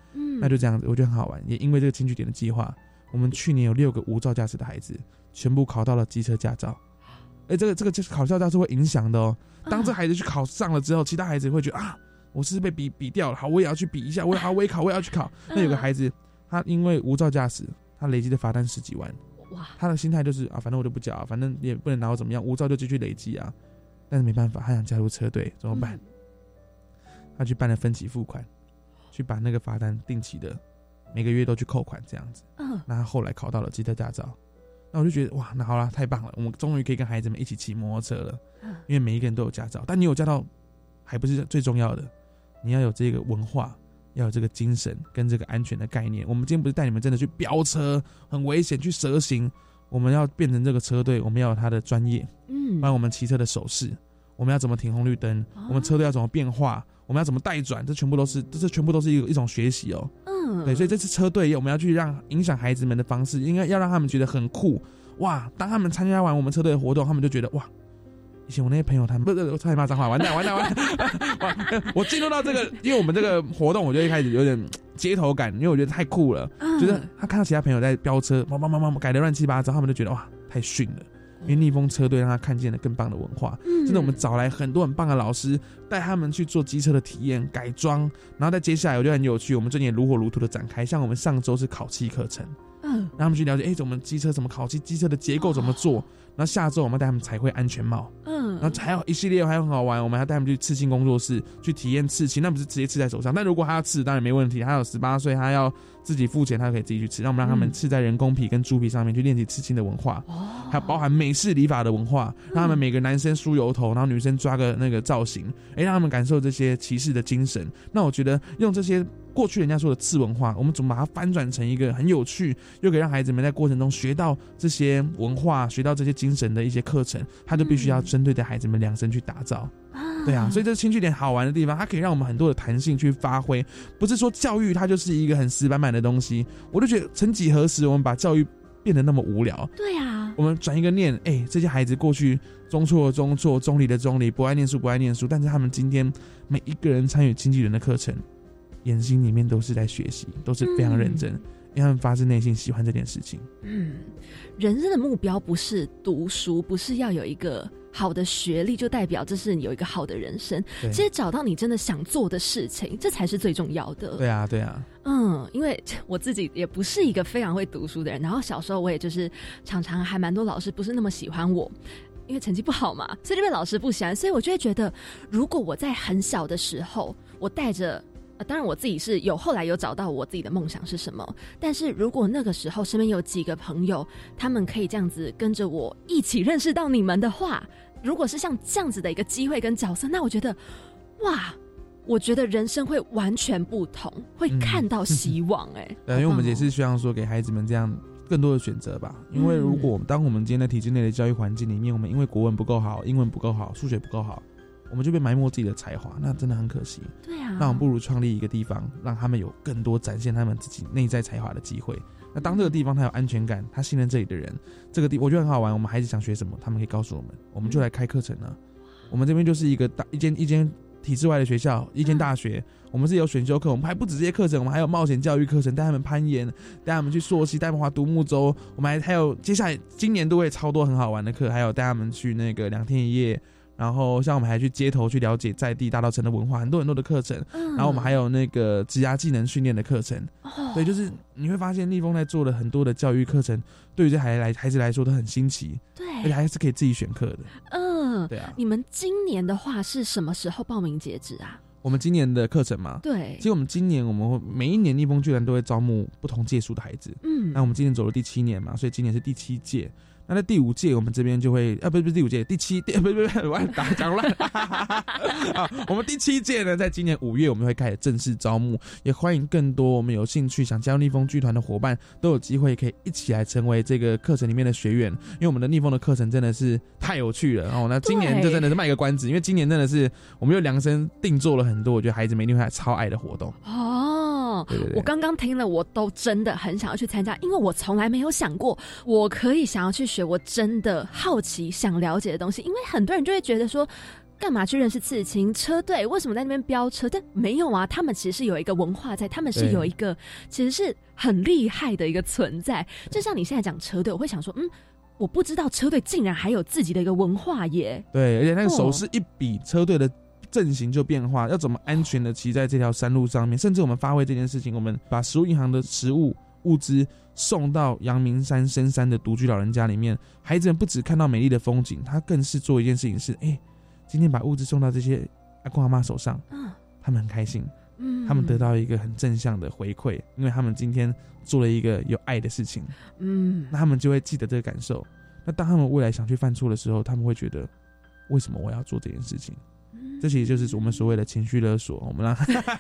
那就这样子，我觉得很好玩。也因为这个轻据点的计划，我们去年有6个无照驾驶的孩子全部考到了机车驾照。这个考驾照是会影响的哦。当这孩子去考上了之后，其他孩子会觉得啊，我是被比掉了，好，我也要去比一下，我也考，我也要去考。那有个孩子，他因为无照驾驶，他累积的罚单10几万。哇！他的心态就是啊，反正我就不缴，反正也不能拿我怎么样，无照就继续累积啊。但是没办法，他想加入车队怎么办？他去办了分期付款，去把那个罚单定期的每个月都去扣款这样子。那他后来考到了机车驾照。那我就觉得哇，那好啦，太棒了，我们终于可以跟孩子们一起骑摩托车了。因为每一个人都有驾照，但你有驾照还不是最重要的，你要有这个文化，要有这个精神跟这个安全的概念。我们今天不是带你们真的去飙车，很危险，去蛇行。我们要变成这个车队，我们要有他的专业，包括我们骑车的手势，我们要怎么停红绿灯，我们车队要怎么变化，我们要怎么带转，这全部都是一种学习哦。对，所以这次车队我们要去让影响孩子们的方式，应该要让他们觉得很酷哇！当他们参加完我们车队的活动，他们就觉得哇，以前我那些朋友他们不是我差点骂脏话，完蛋！我进入到这个，因为我们这个活动，我就一开始有点街头感，因为我觉得太酷了，觉得他看到其他朋友在飙车，改得乱七八糟，他们就觉得哇，太逊了。因为逆风车队让他看见了更棒的文化，真的我们找来很多很棒的老师，带他们去做机车的体验改装，然后再接下来我觉得很有趣，我们最近也如火如荼的展开，像我们上周是烤漆课程，让他们去了解我们机车怎么烤漆，机车的结构怎么做，然后下周我们带他们彩绘安全帽，然后还有一系列还很好玩，我们还带他们去刺青工作室去体验刺青，那不是直接刺在手上，但如果他要刺当然没问题，他有18岁，他要自己付钱，他可以自己去刺，让我们让他们刺在人工皮跟猪皮上面去练习刺青的文化，还有包含美式理发的文化，让他们每个男生梳油头，然后女生抓个那个造型，让他们感受这些骑士的精神。那我觉得用这些过去人家说的次文化，我们怎么把它翻转成一个很有趣，又可以让孩子们在过程中学到这些文化，学到这些精神的一些课程，他就必须要针对着孩子们量身去打造。对啊，所以这轻据点好玩的地方，它可以让我们很多的弹性去发挥，不是说教育它就是一个很死板板的东西。我就觉得曾几何时我们把教育变得那么无聊。 对啊， 我们转一个念，这些孩子过去中错的中错，中理的中理，不爱念书不爱念书，但是他们今天每一个人参与轻据点的课程，眼睛里面都是在学习，都是非常认真，因为他们发自内心喜欢这件事情。 人生的目标不是读书，不是要有一个好的学历就代表这是你有一个好的人生，其实找到你真的想做的事情，这才是最重要的。 对啊对啊， 因为我自己也不是一个非常会读书的人，然后小时候我也就是常常还蛮多老师不是那么喜欢我，因为成绩不好嘛，所以就被老师不喜欢，所以我就会觉得如果我在很小的时候我带着当然我自己是后来有找到我自己的梦想是什么，但是如果那个时候身边有几个朋友，他们可以这样子跟着我一起认识到你们的话，如果是像这样子的一个机会跟角色，那我觉得哇，我觉得人生会完全不同，会看到希望。 因为我们也是希望说给孩子们这样更多的选择吧，因为如果当我们今天在体制内的教育环境里面，我们因为国文不够好，英文不够好，数学不够好，我们就被埋没自己的才华，那真的很可惜。对啊，那我们不如创立一个地方，让他们有更多展现他们自己内在才华的机会。那当这个地方他有安全感，他信任这里的人，这个地我觉得很好玩。我们孩子想学什么，他们可以告诉我们，我们就来开课程了。我们这边就是一间体制外的学校，一间大学，我们是有选修课，我们还不止这些课程，我们还有冒险教育课程，带他们攀岩，带他们去溯溪，带他们划独木舟，我们还有接下来今年都会超多很好玩的课，还有带他们去那个2天1夜。然后像我们还去街头去了解在地大稻埕的文化，很多很多的课程，然后我们还有那个职涯技能训练的课程。对，就是你会发现逆风在做了很多的教育课程，对于这孩子来说都很新奇，对，而且还是可以自己选课的。对啊。 你们今年的话是什么时候报名截止啊？ 我们今年的课程嘛， 对， 其实我们今年会每一年逆风居然都会招募不同届数的孩子，那我们今年走了第7年嘛，所以今年是第7届。那在第5届，我们这边就会不是第5届，我讲乱我们第7届呢，在今年5月我们会开始正式招募，也欢迎更多我们有兴趣想加入逆风剧团的伙伴都有机会可以一起来成为这个课程里面的学员，因为我们的逆风的课程真的是太有趣了。那今年就真的是卖个关子，因为今年真的是我们又量身定做了很多，我觉得孩子们一定会超爱的活动。 对，我刚刚听了，我都真的很想要去参加，因为我从来没有想过我可以想要去学我真的好奇想了解的东西。因为很多人就会觉得说干嘛去认识刺青车队？为什么在那边飙车？但没有啊，他们其实是有一个文化在，他们是有一个其实是很厉害的一个存在。就像你现在讲车队，我会想说，我不知道车队竟然还有自己的一个文化耶。 对，而且那个手势一比，车队的阵型就变化，要怎么安全的骑在这条山路上面，甚至我们发挥这件事情，我们把食物银行的食物物资送到阳明山深山的独居老人家里面，孩子们不只看到美丽的风景，他更是做一件事情是，今天把物资送到这些阿公阿嬷手上，他们很开心，他们得到一个很正向的回馈，因为他们今天做了一个有爱的事情，那他们就会记得这个感受。那当他们未来想去犯错的时候，他们会觉得为什么我要做这件事情？这其实就是我们所谓的情绪勒索。我们让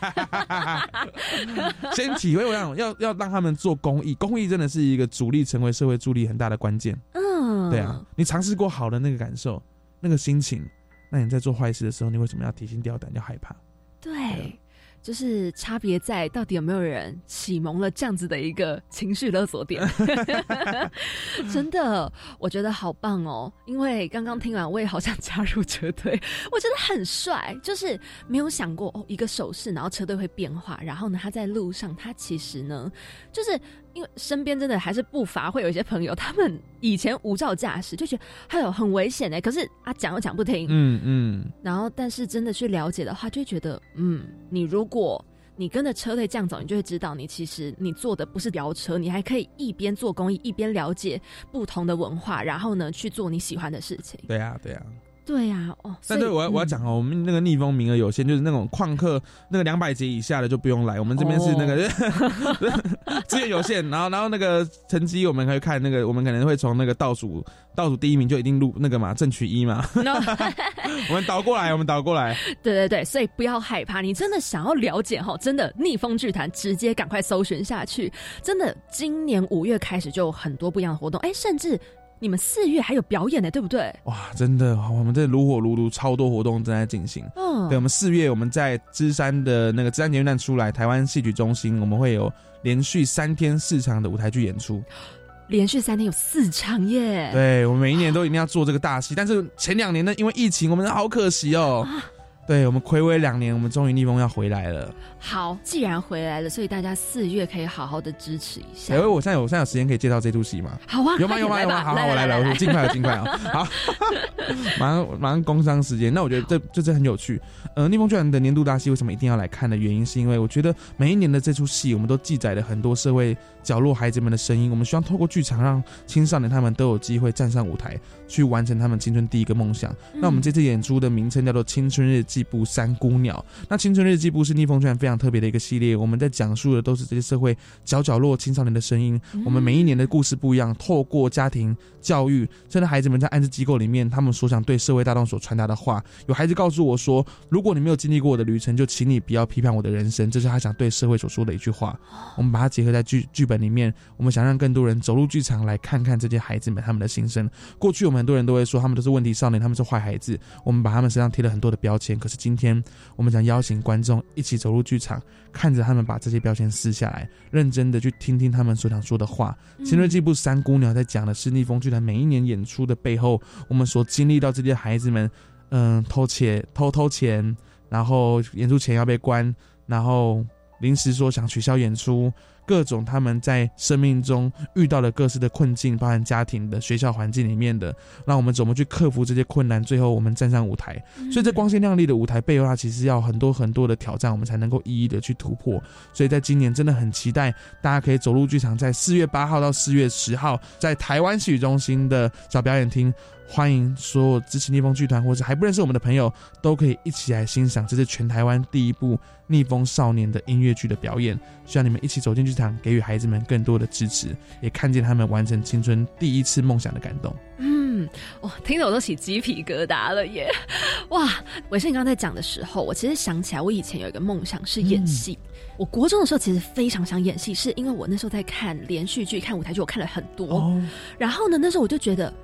先体会，要让他们做公益，公益真的是一个主力成为社会助力很大的关键。对啊，你尝试过好的那个感受，那个心情，那你在做坏事的时候，你为什么要提心吊胆，要害怕？ 对。就是差别在到底有没有人启蒙了这样子的一个情绪勒索点。真的我觉得好棒哦，因为刚刚听完我也好想加入车队，我觉得很帅，就是没有想过一个手势然后车队会变化，然后呢他在路上他其实呢就是因为身边真的还是不乏会有一些朋友，他们以前无照驾驶就觉得还有很危险可是讲又讲不听，然后但是真的去了解的话，就会觉得你如果你跟着车队这样走，你就会知道你其实你做的不是飙车，你还可以一边做公益一边了解不同的文化，然后呢去做你喜欢的事情。 对啊但是我要讲我们那个逆风名额有限，就是那种旷课那个200节以下的就不用来，我们这边是那个资源有限，然后那个成绩我们可以看那个，我们可能会从那个倒数第一名就一定录那个嘛，正取1嘛。我们倒过来。 对，所以不要害怕，你真的想要了解真的逆风剧团直接赶快搜寻下去。真的今年5月开始就有很多不一样的活动，甚至你们4月还有表演呢，对不对？ 哇，真的，我们这如火如荼，超多活动正在进行。对，我们4月我们在芝山的那个芝山捷运站出来，台湾戏曲中心，我们会有连续3天4场的舞台剧演出。 连续3天有4场耶！ 对，我们每一年都一定要做这个大戏，但是前2年呢，因为疫情，我们好可惜哦。对，我们睽违2年，我们终于逆风要回来了。 好，既然回来了，所以大家4月可以好好的支持一下。 我现在有时间可以介绍这出戏吗？ 好啊， 有吗？好，我来，我尽快啊！好，马上工商时间。那我觉得这很有趣。逆风剧团的年度大戏为什么一定要来看的原因，是因为我觉得每一年的这出戏，我们都记载了很多社会角落孩子们的声音。我们希望透过剧场，让青少年他们都有机会站上舞台，去完成他们青春第一个梦想。那我们这次演出的名称叫做《青春日记簿3姑鸟》。那《青春日记簿》是逆风剧团非常特别的一个系列，我们在讲述的都是这些社会角落青少年的声音。我们每一年的故事不一样，透过家庭教育，甚至孩子们在安置机构里面，他们所想对社会大众所传达的话。有孩子告诉我说，如果你没有经历过我的旅程，就请你不要批判我的人生，这是他想对社会所说的一句话。我们把它结合在剧本里面，我们想让更多人走入剧场来看看这些孩子们他们的心声。过去我们很多人都会说他们都是问题少年，他们是坏孩子，我们把他们身上贴了很多的标签。可是今天我们想邀请观众一起走入剧场，看着他们把这些标签撕下来，认真的去听听他们所想说的话。青春日记簿3姑鸟在讲的是逆风剧团每一年演出的背后，我们所经历到这些孩子们偷钱，然后演出前要被关，然后临时说想取消演出，各种他们在生命中遇到的各式的困境，包含家庭的、学校环境里面的，让我们怎么去克服这些困难，最后我们站上舞台。所以这光鲜亮丽的舞台背后，它其实要很多很多的挑战，我们才能够一一的去突破。所以在今年真的很期待大家可以走入剧场，在4月8号到4月10号，在台湾戏曲中心的小表演厅，欢迎所有支持逆风剧团或者还不认识我们的朋友，都可以一起来欣赏这是全台湾第一部逆风少年的音乐剧的表演。希望你们一起走进剧场，给予孩子们更多的支持，也看见他们完成青春第一次梦想的感动。 听着我都起鸡皮疙瘩了耶！哇，伟生你刚刚在讲的时候，我其实想起来我以前有一个梦想是演戏。我国中的时候其实非常想演戏，是因为我那时候在看连续剧、看舞台剧，我看了很多。然后呢，那时候我就觉得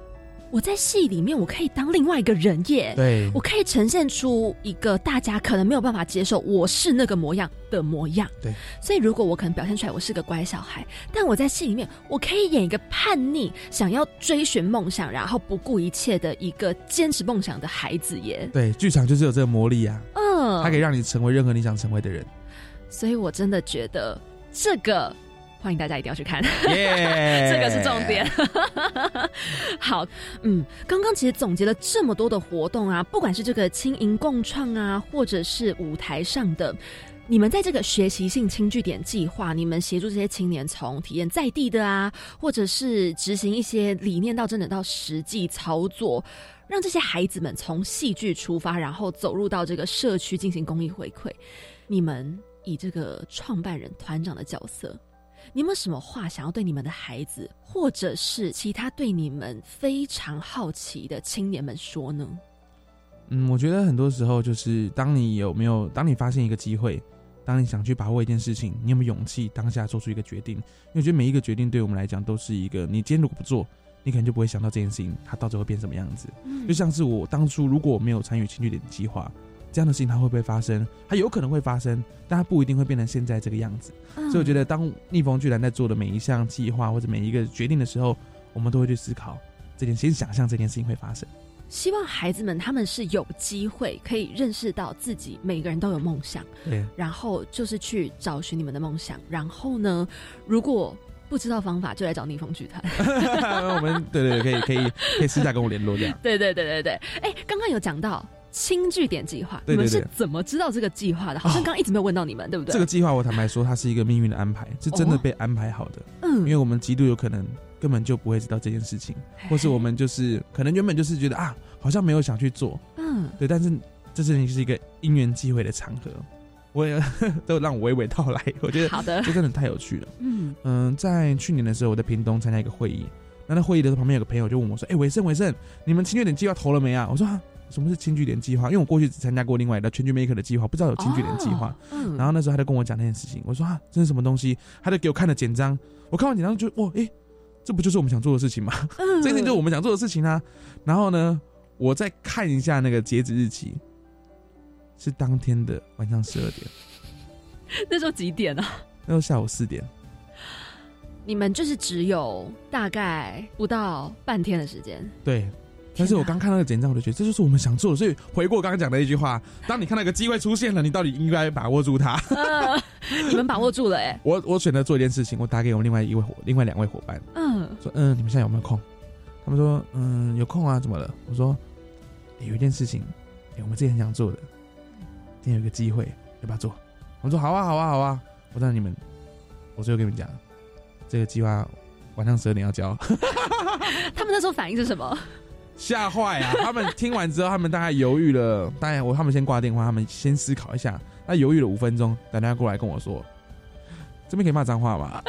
我在戏里面我可以当另外一个人耶， 对， 我可以呈现出一个大家可能没有办法接受我是那个模样的模样， 对， 所以如果我可能表现出来我是个乖小孩，但我在戏里面我可以演一个叛逆想要追寻梦想然后不顾一切的一个坚持梦想的孩子耶。 对，剧场就是有这个魔力啊，它可以让你成为任何你想成为的人， 所以我真的觉得这个欢迎大家一定要去看 ，yeah! 这个是重点。好，刚刚其实总结了这么多的活动啊，不管是这个青银共创啊，或者是舞台上的，你们在这个学习性轻据点计划，你们协助这些青年从体验在地的啊，或者是执行一些理念到真的到实际操作，让这些孩子们从戏剧出发，然后走入到这个社区进行公益回馈。你们以这个创办人团长的角色，你有没有什么话想要对你们的孩子，或者是其他对你们非常好奇的青年们说呢？ 我觉得很多时候就是当你发现一个机会，当你想去把握一件事情，你有没有勇气当下做出一个决定？因为我觉得每一个决定对我们来讲都是一个，你今天如果不做，你可能就不会想到这件事情它到底会变什么样子。就像是我当初如果我没有参与轻据点计划，这样的事情它会不会发生？它有可能会发生，但它不一定会变成现在这个样子。所以我觉得当逆风剧团在做的每一项计划或者每一个决定的时候，我们都会去思考先想象这件事情会发生。 希望孩子们他们是有机会可以认识到自己每个人都有梦想， 对， 然后就是去找寻你们的梦想，然后呢，如果不知道方法就来找逆风剧团。 我们对可以私下跟我联络这样。 对。刚刚有讲到轻据点计划，你们是怎么知道这个计划的？好像刚刚一直没有问到你们，对不对？ 这个计划我坦白说，它是一个命运的安排，是真的被安排好的。因为我们极度有可能根本就不会知道这件事情，或是我们就是可能原本就是觉得好像没有想去做，对，但是这事情是一个因缘际会的场合，我也都让我娓娓道来，我觉得好的，这真的太有趣了。在去年的时候，我在屏东参加一个会议，那会议的时候旁边有个朋友就问我说：“伟盛，你们轻据点计划投了没啊？”我说：“什么是轻据点计划？因为我过去只参加过另外一个全剧 maker 的计划，不知道有轻据点计划。然后那时候他就跟我讲那件事情，我说这是什么东西？他就给我看了简章，我看完简章就这不就是我们想做的事情吗？这件事情就是我们想做的事情啊。然后呢，我再看一下那个截止日期，是当天的晚上12点。 那时候几点啊？ 那时候下午4点。 你们就是只有大概不到半天的时间。对。 但是我刚看那个简章，我就觉得这就是我们想做的。所以回过我刚刚讲的一句话，当你看到一个机会出现了，你到底应该把握住它。 你们把握住了我选择做一件事情，我打给我另外2位伙伴，说你们现在有没有空？他们说有空啊，怎么了？我说有一件事情，我们之前很想做的，今天有一个机会，要不要做？我说好啊。我让你们，我最后跟你们讲，这个计划晚上12点要交。 他们那时候反应是什么？ 吓坏啊！他们听完之后，他们大概犹豫了，他们先挂电话，他们先思考一下，他犹豫了5分钟，打电话过来跟我说：“这边可以骂脏话吗？”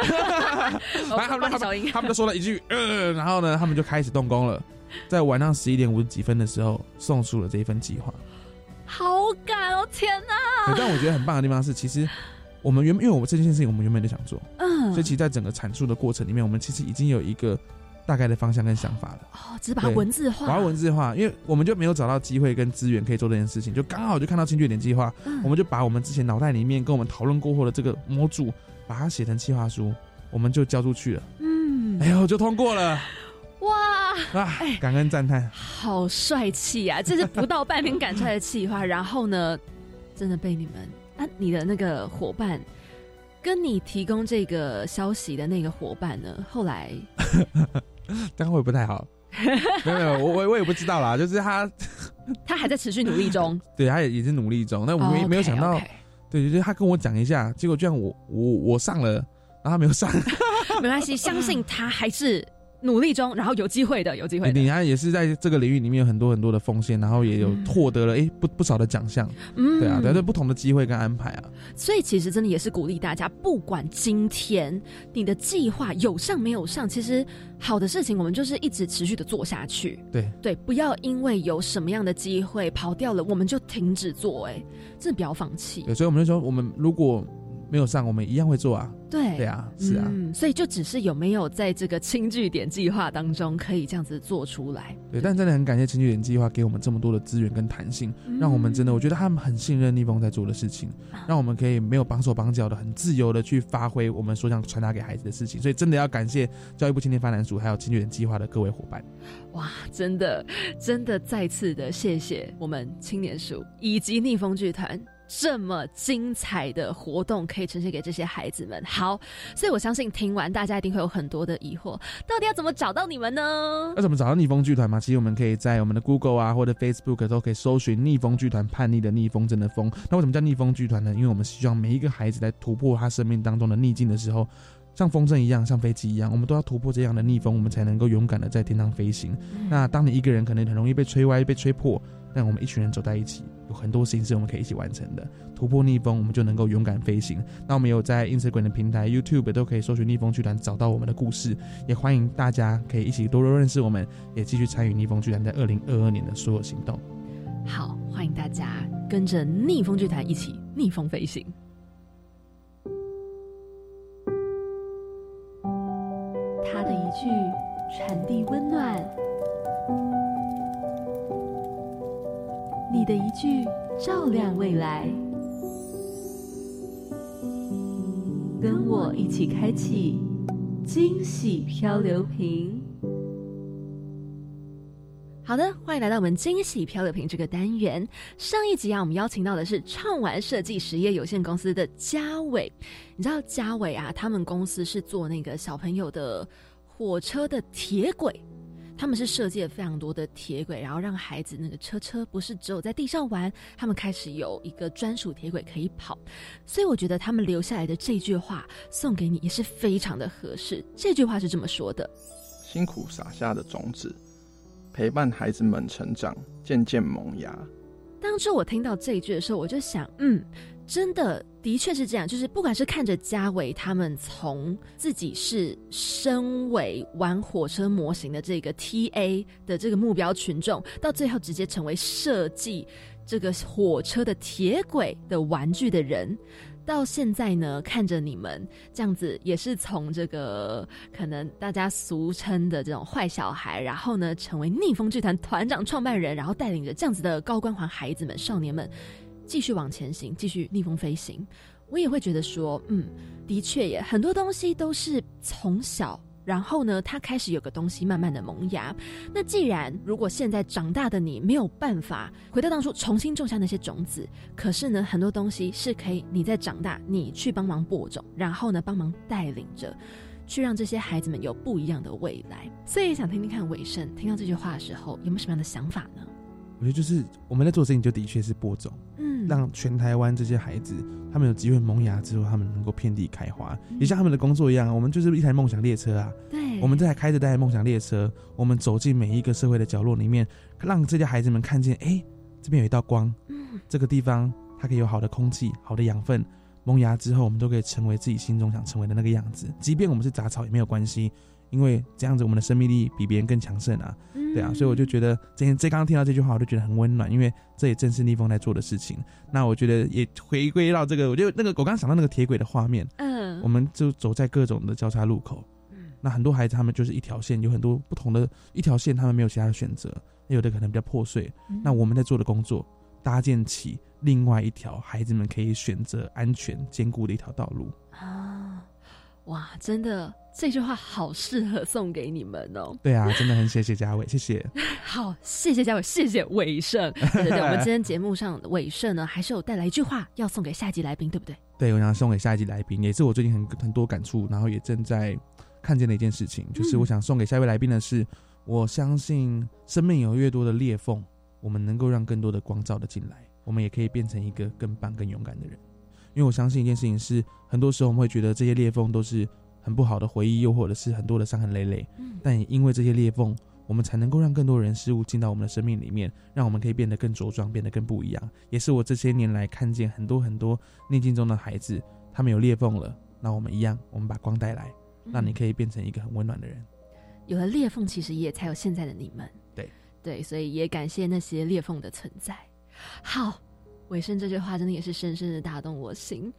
他们就说了一句然后呢，他们就开始动工了，在晚上11点50几分的时候送出了这一份计划。 好赶哦！天哪！ 但我觉得很棒的地方是，其实我们因为我们这件事情我们原本就想做，所以其实在整个阐述的过程里面，我们其实已经有一个大概的方向跟想法了。 只是把它文字化， 因为我们就没有找到机会跟资源可以做这件事情，就刚好就看到轻据点计划，我们就把我们之前脑袋里面跟我们讨论过后的这个模组，把它写成企划书，我们就交出去了。就通过了。哇！感恩赞叹， 好帅气啊！这是不到半天赶出来的企划，然后呢，真的被你们你的那个伙伴。跟你提供这个消息的那个伙伴呢？后来这样会不太好。没有，我也不知道啦。就是他还在持续努力中。 对，他也是努力中。那我们没有想到，对，就是他跟我讲一下，结果居然我上了，然后他没有上。 没关系，相信他还是努力中，然后有机会的。 你看也是在这个领域里面有很多很多的奉献，然后也有获得了不少的奖项。对啊，对，不同的机会跟安排啊。 所以其实真的也是鼓励大家，不管今天你的计划有上没有上，其实好的事情我们就是一直持续的做下去。对，不要因为有什么样的机会跑掉了，我们就停止做。真的不要放弃。 对，所以我们就说，我们如果没有上，我们一样会做啊。 对啊，是啊， 所以就只是有没有在这个轻据点计划当中可以这样子做出来。 对，但真的很感谢轻据点计划给我们这么多的资源跟弹性，让我们真的，我觉得他们很信任逆风在做的事情，让我们可以没有绑手绑脚的，很自由的去发挥我们所想传达给孩子的事情。所以真的要感谢教育部青年发展署还有轻据点计划的各位伙伴。 哇，真的再次的谢谢我们青年署以及逆风剧团这么精彩的活动可以呈现给这些孩子们。好，所以我相信听完大家一定会有很多的疑惑，到底要怎么找到你们呢？ 要怎么找到逆风剧团嘛？其实我们可以在我们的 Google 啊或者 Facebook 都可以搜寻逆风剧团，叛逆的逆，风筝的风。那为什么叫逆风剧团呢？因为我们希望每一个孩子在突破他生命当中的逆境的时候，像风筝一样，像飞机一样，我们都要突破这样的逆风，我们才能够勇敢的在天上飞行。那当你一个人可能很容易被吹歪被吹破，但我们一群人走在一起，有很多事情是我们可以一起完成的。突破逆风，我们就能够勇敢飞行。那我们有在 Instagram 的平台 YouTube 都可以搜寻逆风剧团找到我们的故事，也欢迎大家可以一起多多认识我们，也继续参与逆风剧团在2022年的所有行动。 好，欢迎大家跟着逆风剧团一起逆风飞行。他的一句传递温暖，你的一句照亮未来，跟我一起开启惊喜漂流瓶。好的，欢迎来到我们惊喜漂流瓶这个单元。上一集啊，我们邀请到的是创玩设计实业有限公司的嘉伟。你知道嘉伟啊，他们公司是做那个小朋友的火车的铁轨，他们是设计了非常多的铁轨，然后让孩子那个车不是只有在地上玩，他们开始有一个专属铁轨可以跑。所以我觉得他们留下来的这句话送给你也是非常的合适。这句话是这么说的： 辛苦撒下的种子，陪伴孩子们成长，渐渐萌芽。 当初我听到这一句的时候，我就想，真的确是这样。就是不管是看着嘉伟他们从自己是身为玩火车模型的这个 TA 的这个目标群众，到最后直接成为设计这个火车的铁轨的玩具的人，到现在呢，看着你们这样子，也是从这个可能大家俗称的这种坏小孩，然后呢，成为逆风剧团团长创办人，然后带领着这样子的高关怀孩子们、少年们，继续往前行，继续逆风飞行。我也会觉得说，的确耶，很多东西都是从小，然后呢，它开始有个东西慢慢的萌芽。那既然如果现在长大的你没有办法回到当初重新种下那些种子，可是呢，很多东西是可以你在长大，你去帮忙播种，然后呢，帮忙带领着，去让这些孩子们有不一样的未来。所以想听听看伟盛听到这句话的时候有没有什么样的想法呢？ 我觉得就是我们在做的事情就的确是播种，让全台湾这些孩子他们有机会萌芽之后，他们能够遍地开花，也像他们的工作一样，我们就是一台梦想列车啊。 对， 我们在开着这台梦想列车，我们走进每一个社会的角落里面，让这些孩子们看见，这边有一道光，这个地方它可以有好的空气、好的养分，萌芽之后，我们都可以成为自己心中想成为的那个样子。即便我们是杂草也没有关系，因为这样子我们的生命力比别人更强盛啊。对啊，所以我就觉得刚刚听到这句话，我就觉得很温暖，因为这也正是逆风在做的事情。那我觉得也回归到这个，我觉得我刚想到那个铁轨的画面，我们就走在各种的交叉路口，那很多孩子他们就是一条线，有很多不同的一条线，他们没有其他的选择，有的可能比较破碎。那我们在做的工作，搭建起另外一条孩子们可以选择安全坚固的一条道路啊！哇，真的这句话好适合送给你们哦。 对啊，真的很谢谢嘉伟，谢谢。 好，谢谢嘉伟，谢谢伟盛。对，我们今天节目上伟盛呢，还是有带来一句话要送给下一集来宾，对不对？ 对，我想送给下一集来宾，也是我最近很多感触，然后也正在看见的一件事情，就是我想送给下一位来宾的是，我相信生命有越多的裂缝，我们能够让更多的光照的进来，我们也可以变成一个更棒、更勇敢的人。因为我相信一件事情是，很多时候我们会觉得这些裂缝都是很不好的回忆，又或者是很多的伤痕累累，但也因为这些裂缝，我们才能够让更多人事物进到我们的生命里面，让我们可以变得更茁壮，变得更不一样。也是我这些年来看见很多很多逆境中的孩子，他们有裂缝了，那我们一样，我们把光带来，让你可以变成一个很温暖的人。 有了裂缝，其实也才有现在的你们。对，所以也感谢那些裂缝的存在。好，伟盛这句话真的也是深深的打动我心。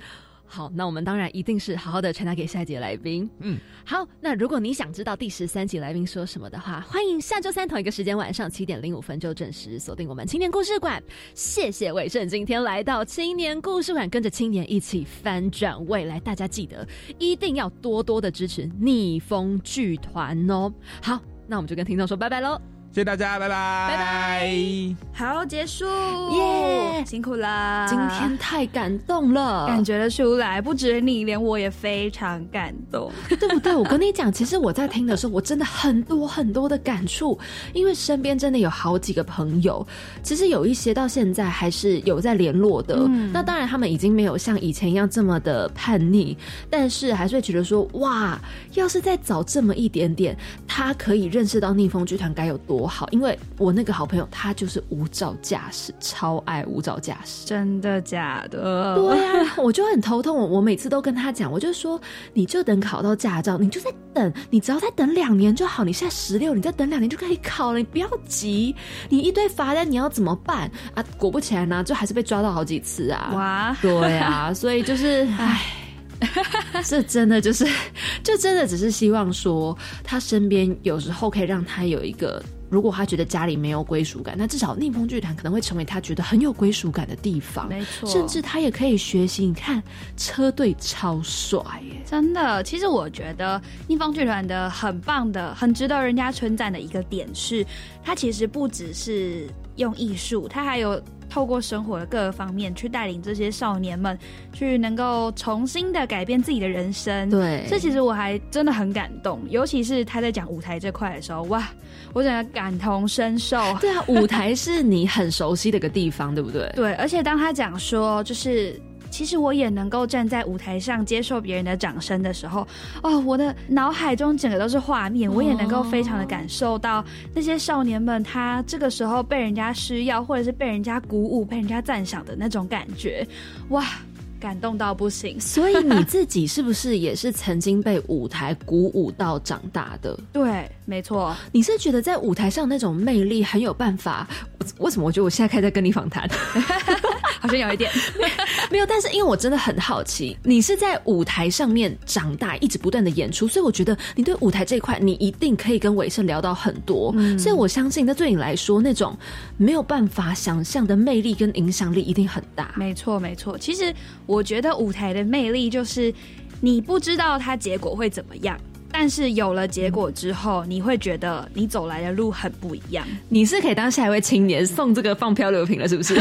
好，那我们当然一定是好好的传达给下一集的来宾。好，那如果你想知道第13集来宾说什么的话，欢迎下周3同一个时间晚上7点05分就准时锁定我们青年故事馆。谢谢伟盛今天来到青年故事馆，跟着青年一起翻转未来。大家记得一定要多多的支持逆风剧团哦。好，那我们就跟听众说拜拜咯。 谢谢大家，拜拜， 拜拜。 好，结束， 耶， 辛苦了。 今天太感动了， 感觉得出来，不止你，连我也非常感动， 对不对？我跟你讲，其实我在听的时候，我真的很多的感触，因为身边真的有好几个朋友，其实有一些到现在还是有在联络的。那当然，他们已经没有像以前一样这么的叛逆，但是还是会觉得说，哇，要是再早这么一点点，他可以认识到逆风剧团该有多好。因为我那个好朋友他就是无照驾驶，超爱无照驾驶。 真的假的？ 对啊，我就很头痛。我每次都跟他讲，我就说你就等考到驾照，你就在等，你只要再等2年就好。你现在16，你再等2年就可以考了，你不要急。你一堆罚单你要怎么办啊？果不其然呢，就还是被抓到好几次啊。 哇， 对啊，所以就是唉。这真的就真的只是希望说他身边有时候可以让他有一个，如果他觉得家里没有归属感，那至少逆风剧团可能会成为他觉得很有归属感的地方。 没错， 甚至他也可以学习。你看车队超帅耶， 真的。其实我觉得逆风剧团的很棒的、很值得人家称赞的一个点是，他其实不只是用艺术，他还有透过生活的各个方面去带领这些少年们去能够重新的改变自己的人生。 对， 这其实我还真的很感动，尤其是他在讲舞台这块的时候，哇，我整个感同身受。 对啊，舞台是你很熟悉的一个地方，对不对？ 对，而且当他讲说就是其实我也能够站在舞台上接受别人的掌声的时候，哦，我的脑海中整个都是画面，我也能够非常的感受到那些少年们他这个时候被人家施药，或者是被人家鼓舞、被人家赞赏的那种感觉，哇，感动到不行。 所以你自己是不是也是曾经被舞台鼓舞到长大的？ 对，没错。 你是觉得在舞台上那种魅力很有办法？为什么我觉得我现在开始在跟你访谈？ 好像有一点没有，但是因为我真的很好奇，你是在舞台上面长大，一直不断的演出，所以我觉得你对舞台这一块你一定可以跟伟盛聊到很多。所以我相信那对你来说那种没有办法想象的魅力跟影响力一定很大。 没错没错，其实我觉得舞台的魅力就是你不知道它结果会怎么样，但是有了结果之后，你会觉得你走来的路很不一样。 你是可以当下一位青年送这个放漂流瓶了，是不是？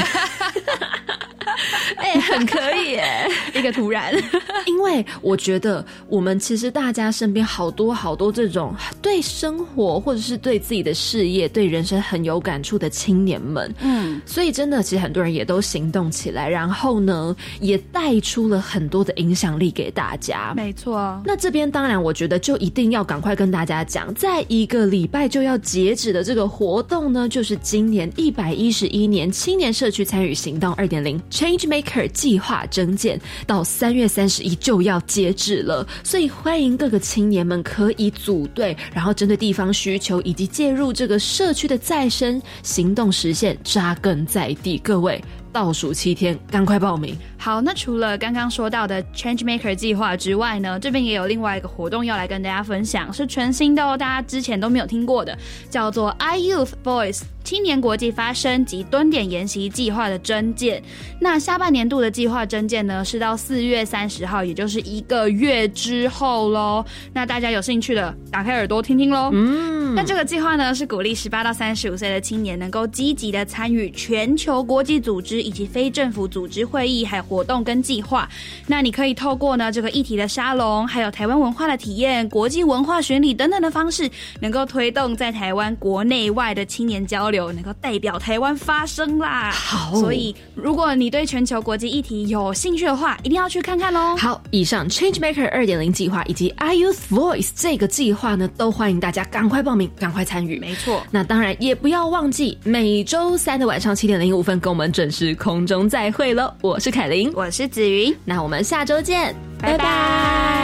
很可以耶， 一个突然。 因为我觉得我们其实大家身边好多这种对生活或者是对自己的事业、对人生很有感触的青年们，所以真的其实很多人也都行动起来，然后呢也带出了很多的影响力给大家。 没错。 那这边当然我觉得就一定要赶快跟大家讲，在1个礼拜就要截止的这个活动呢，就是今年111年青年社区参与行动 2.0 Changemaker 计划征件到3月31就要截止了，所以欢迎各个青年们可以组队，然后针对地方需求以及介入这个社区的再生行动实现扎根在地。各位倒数7天，赶快报名。 好，那除了刚刚说到的 Changemaker 计划之外呢，这边也有另外一个活动要来跟大家分享，是全新的哦，大家之前都没有听过的，叫做 iYouth Voice 青年国际发声及蹲点研习计划的征件。那下半年度的计划征件呢，是到4月30号，也就是1个月之后咯。那大家有兴趣的打开耳朵听听咯。那这个计划呢，是鼓励18到35岁的青年能够积极的参与全球国际组织以及非政府组织会议还有活动跟计划。那你可以透过呢这个议题的沙龙，还有台湾文化的体验、国际文化巡礼等等的方式，能够推动在台湾国内外的青年交流，能够代表台湾发声啦。 好， 所以如果你对全球国际议题有兴趣的话，一定要去看看咯。 好，以上 Changemaker 2.0 计划以及 iYouth Voice 这个计划呢，都欢迎大家赶快报名，赶快参与。 没错。 那当然也不要忘记每周3的晚上7点05分跟我们准时空中再会了。我是凯琳， 我是子云， 那我们下周见， 拜拜。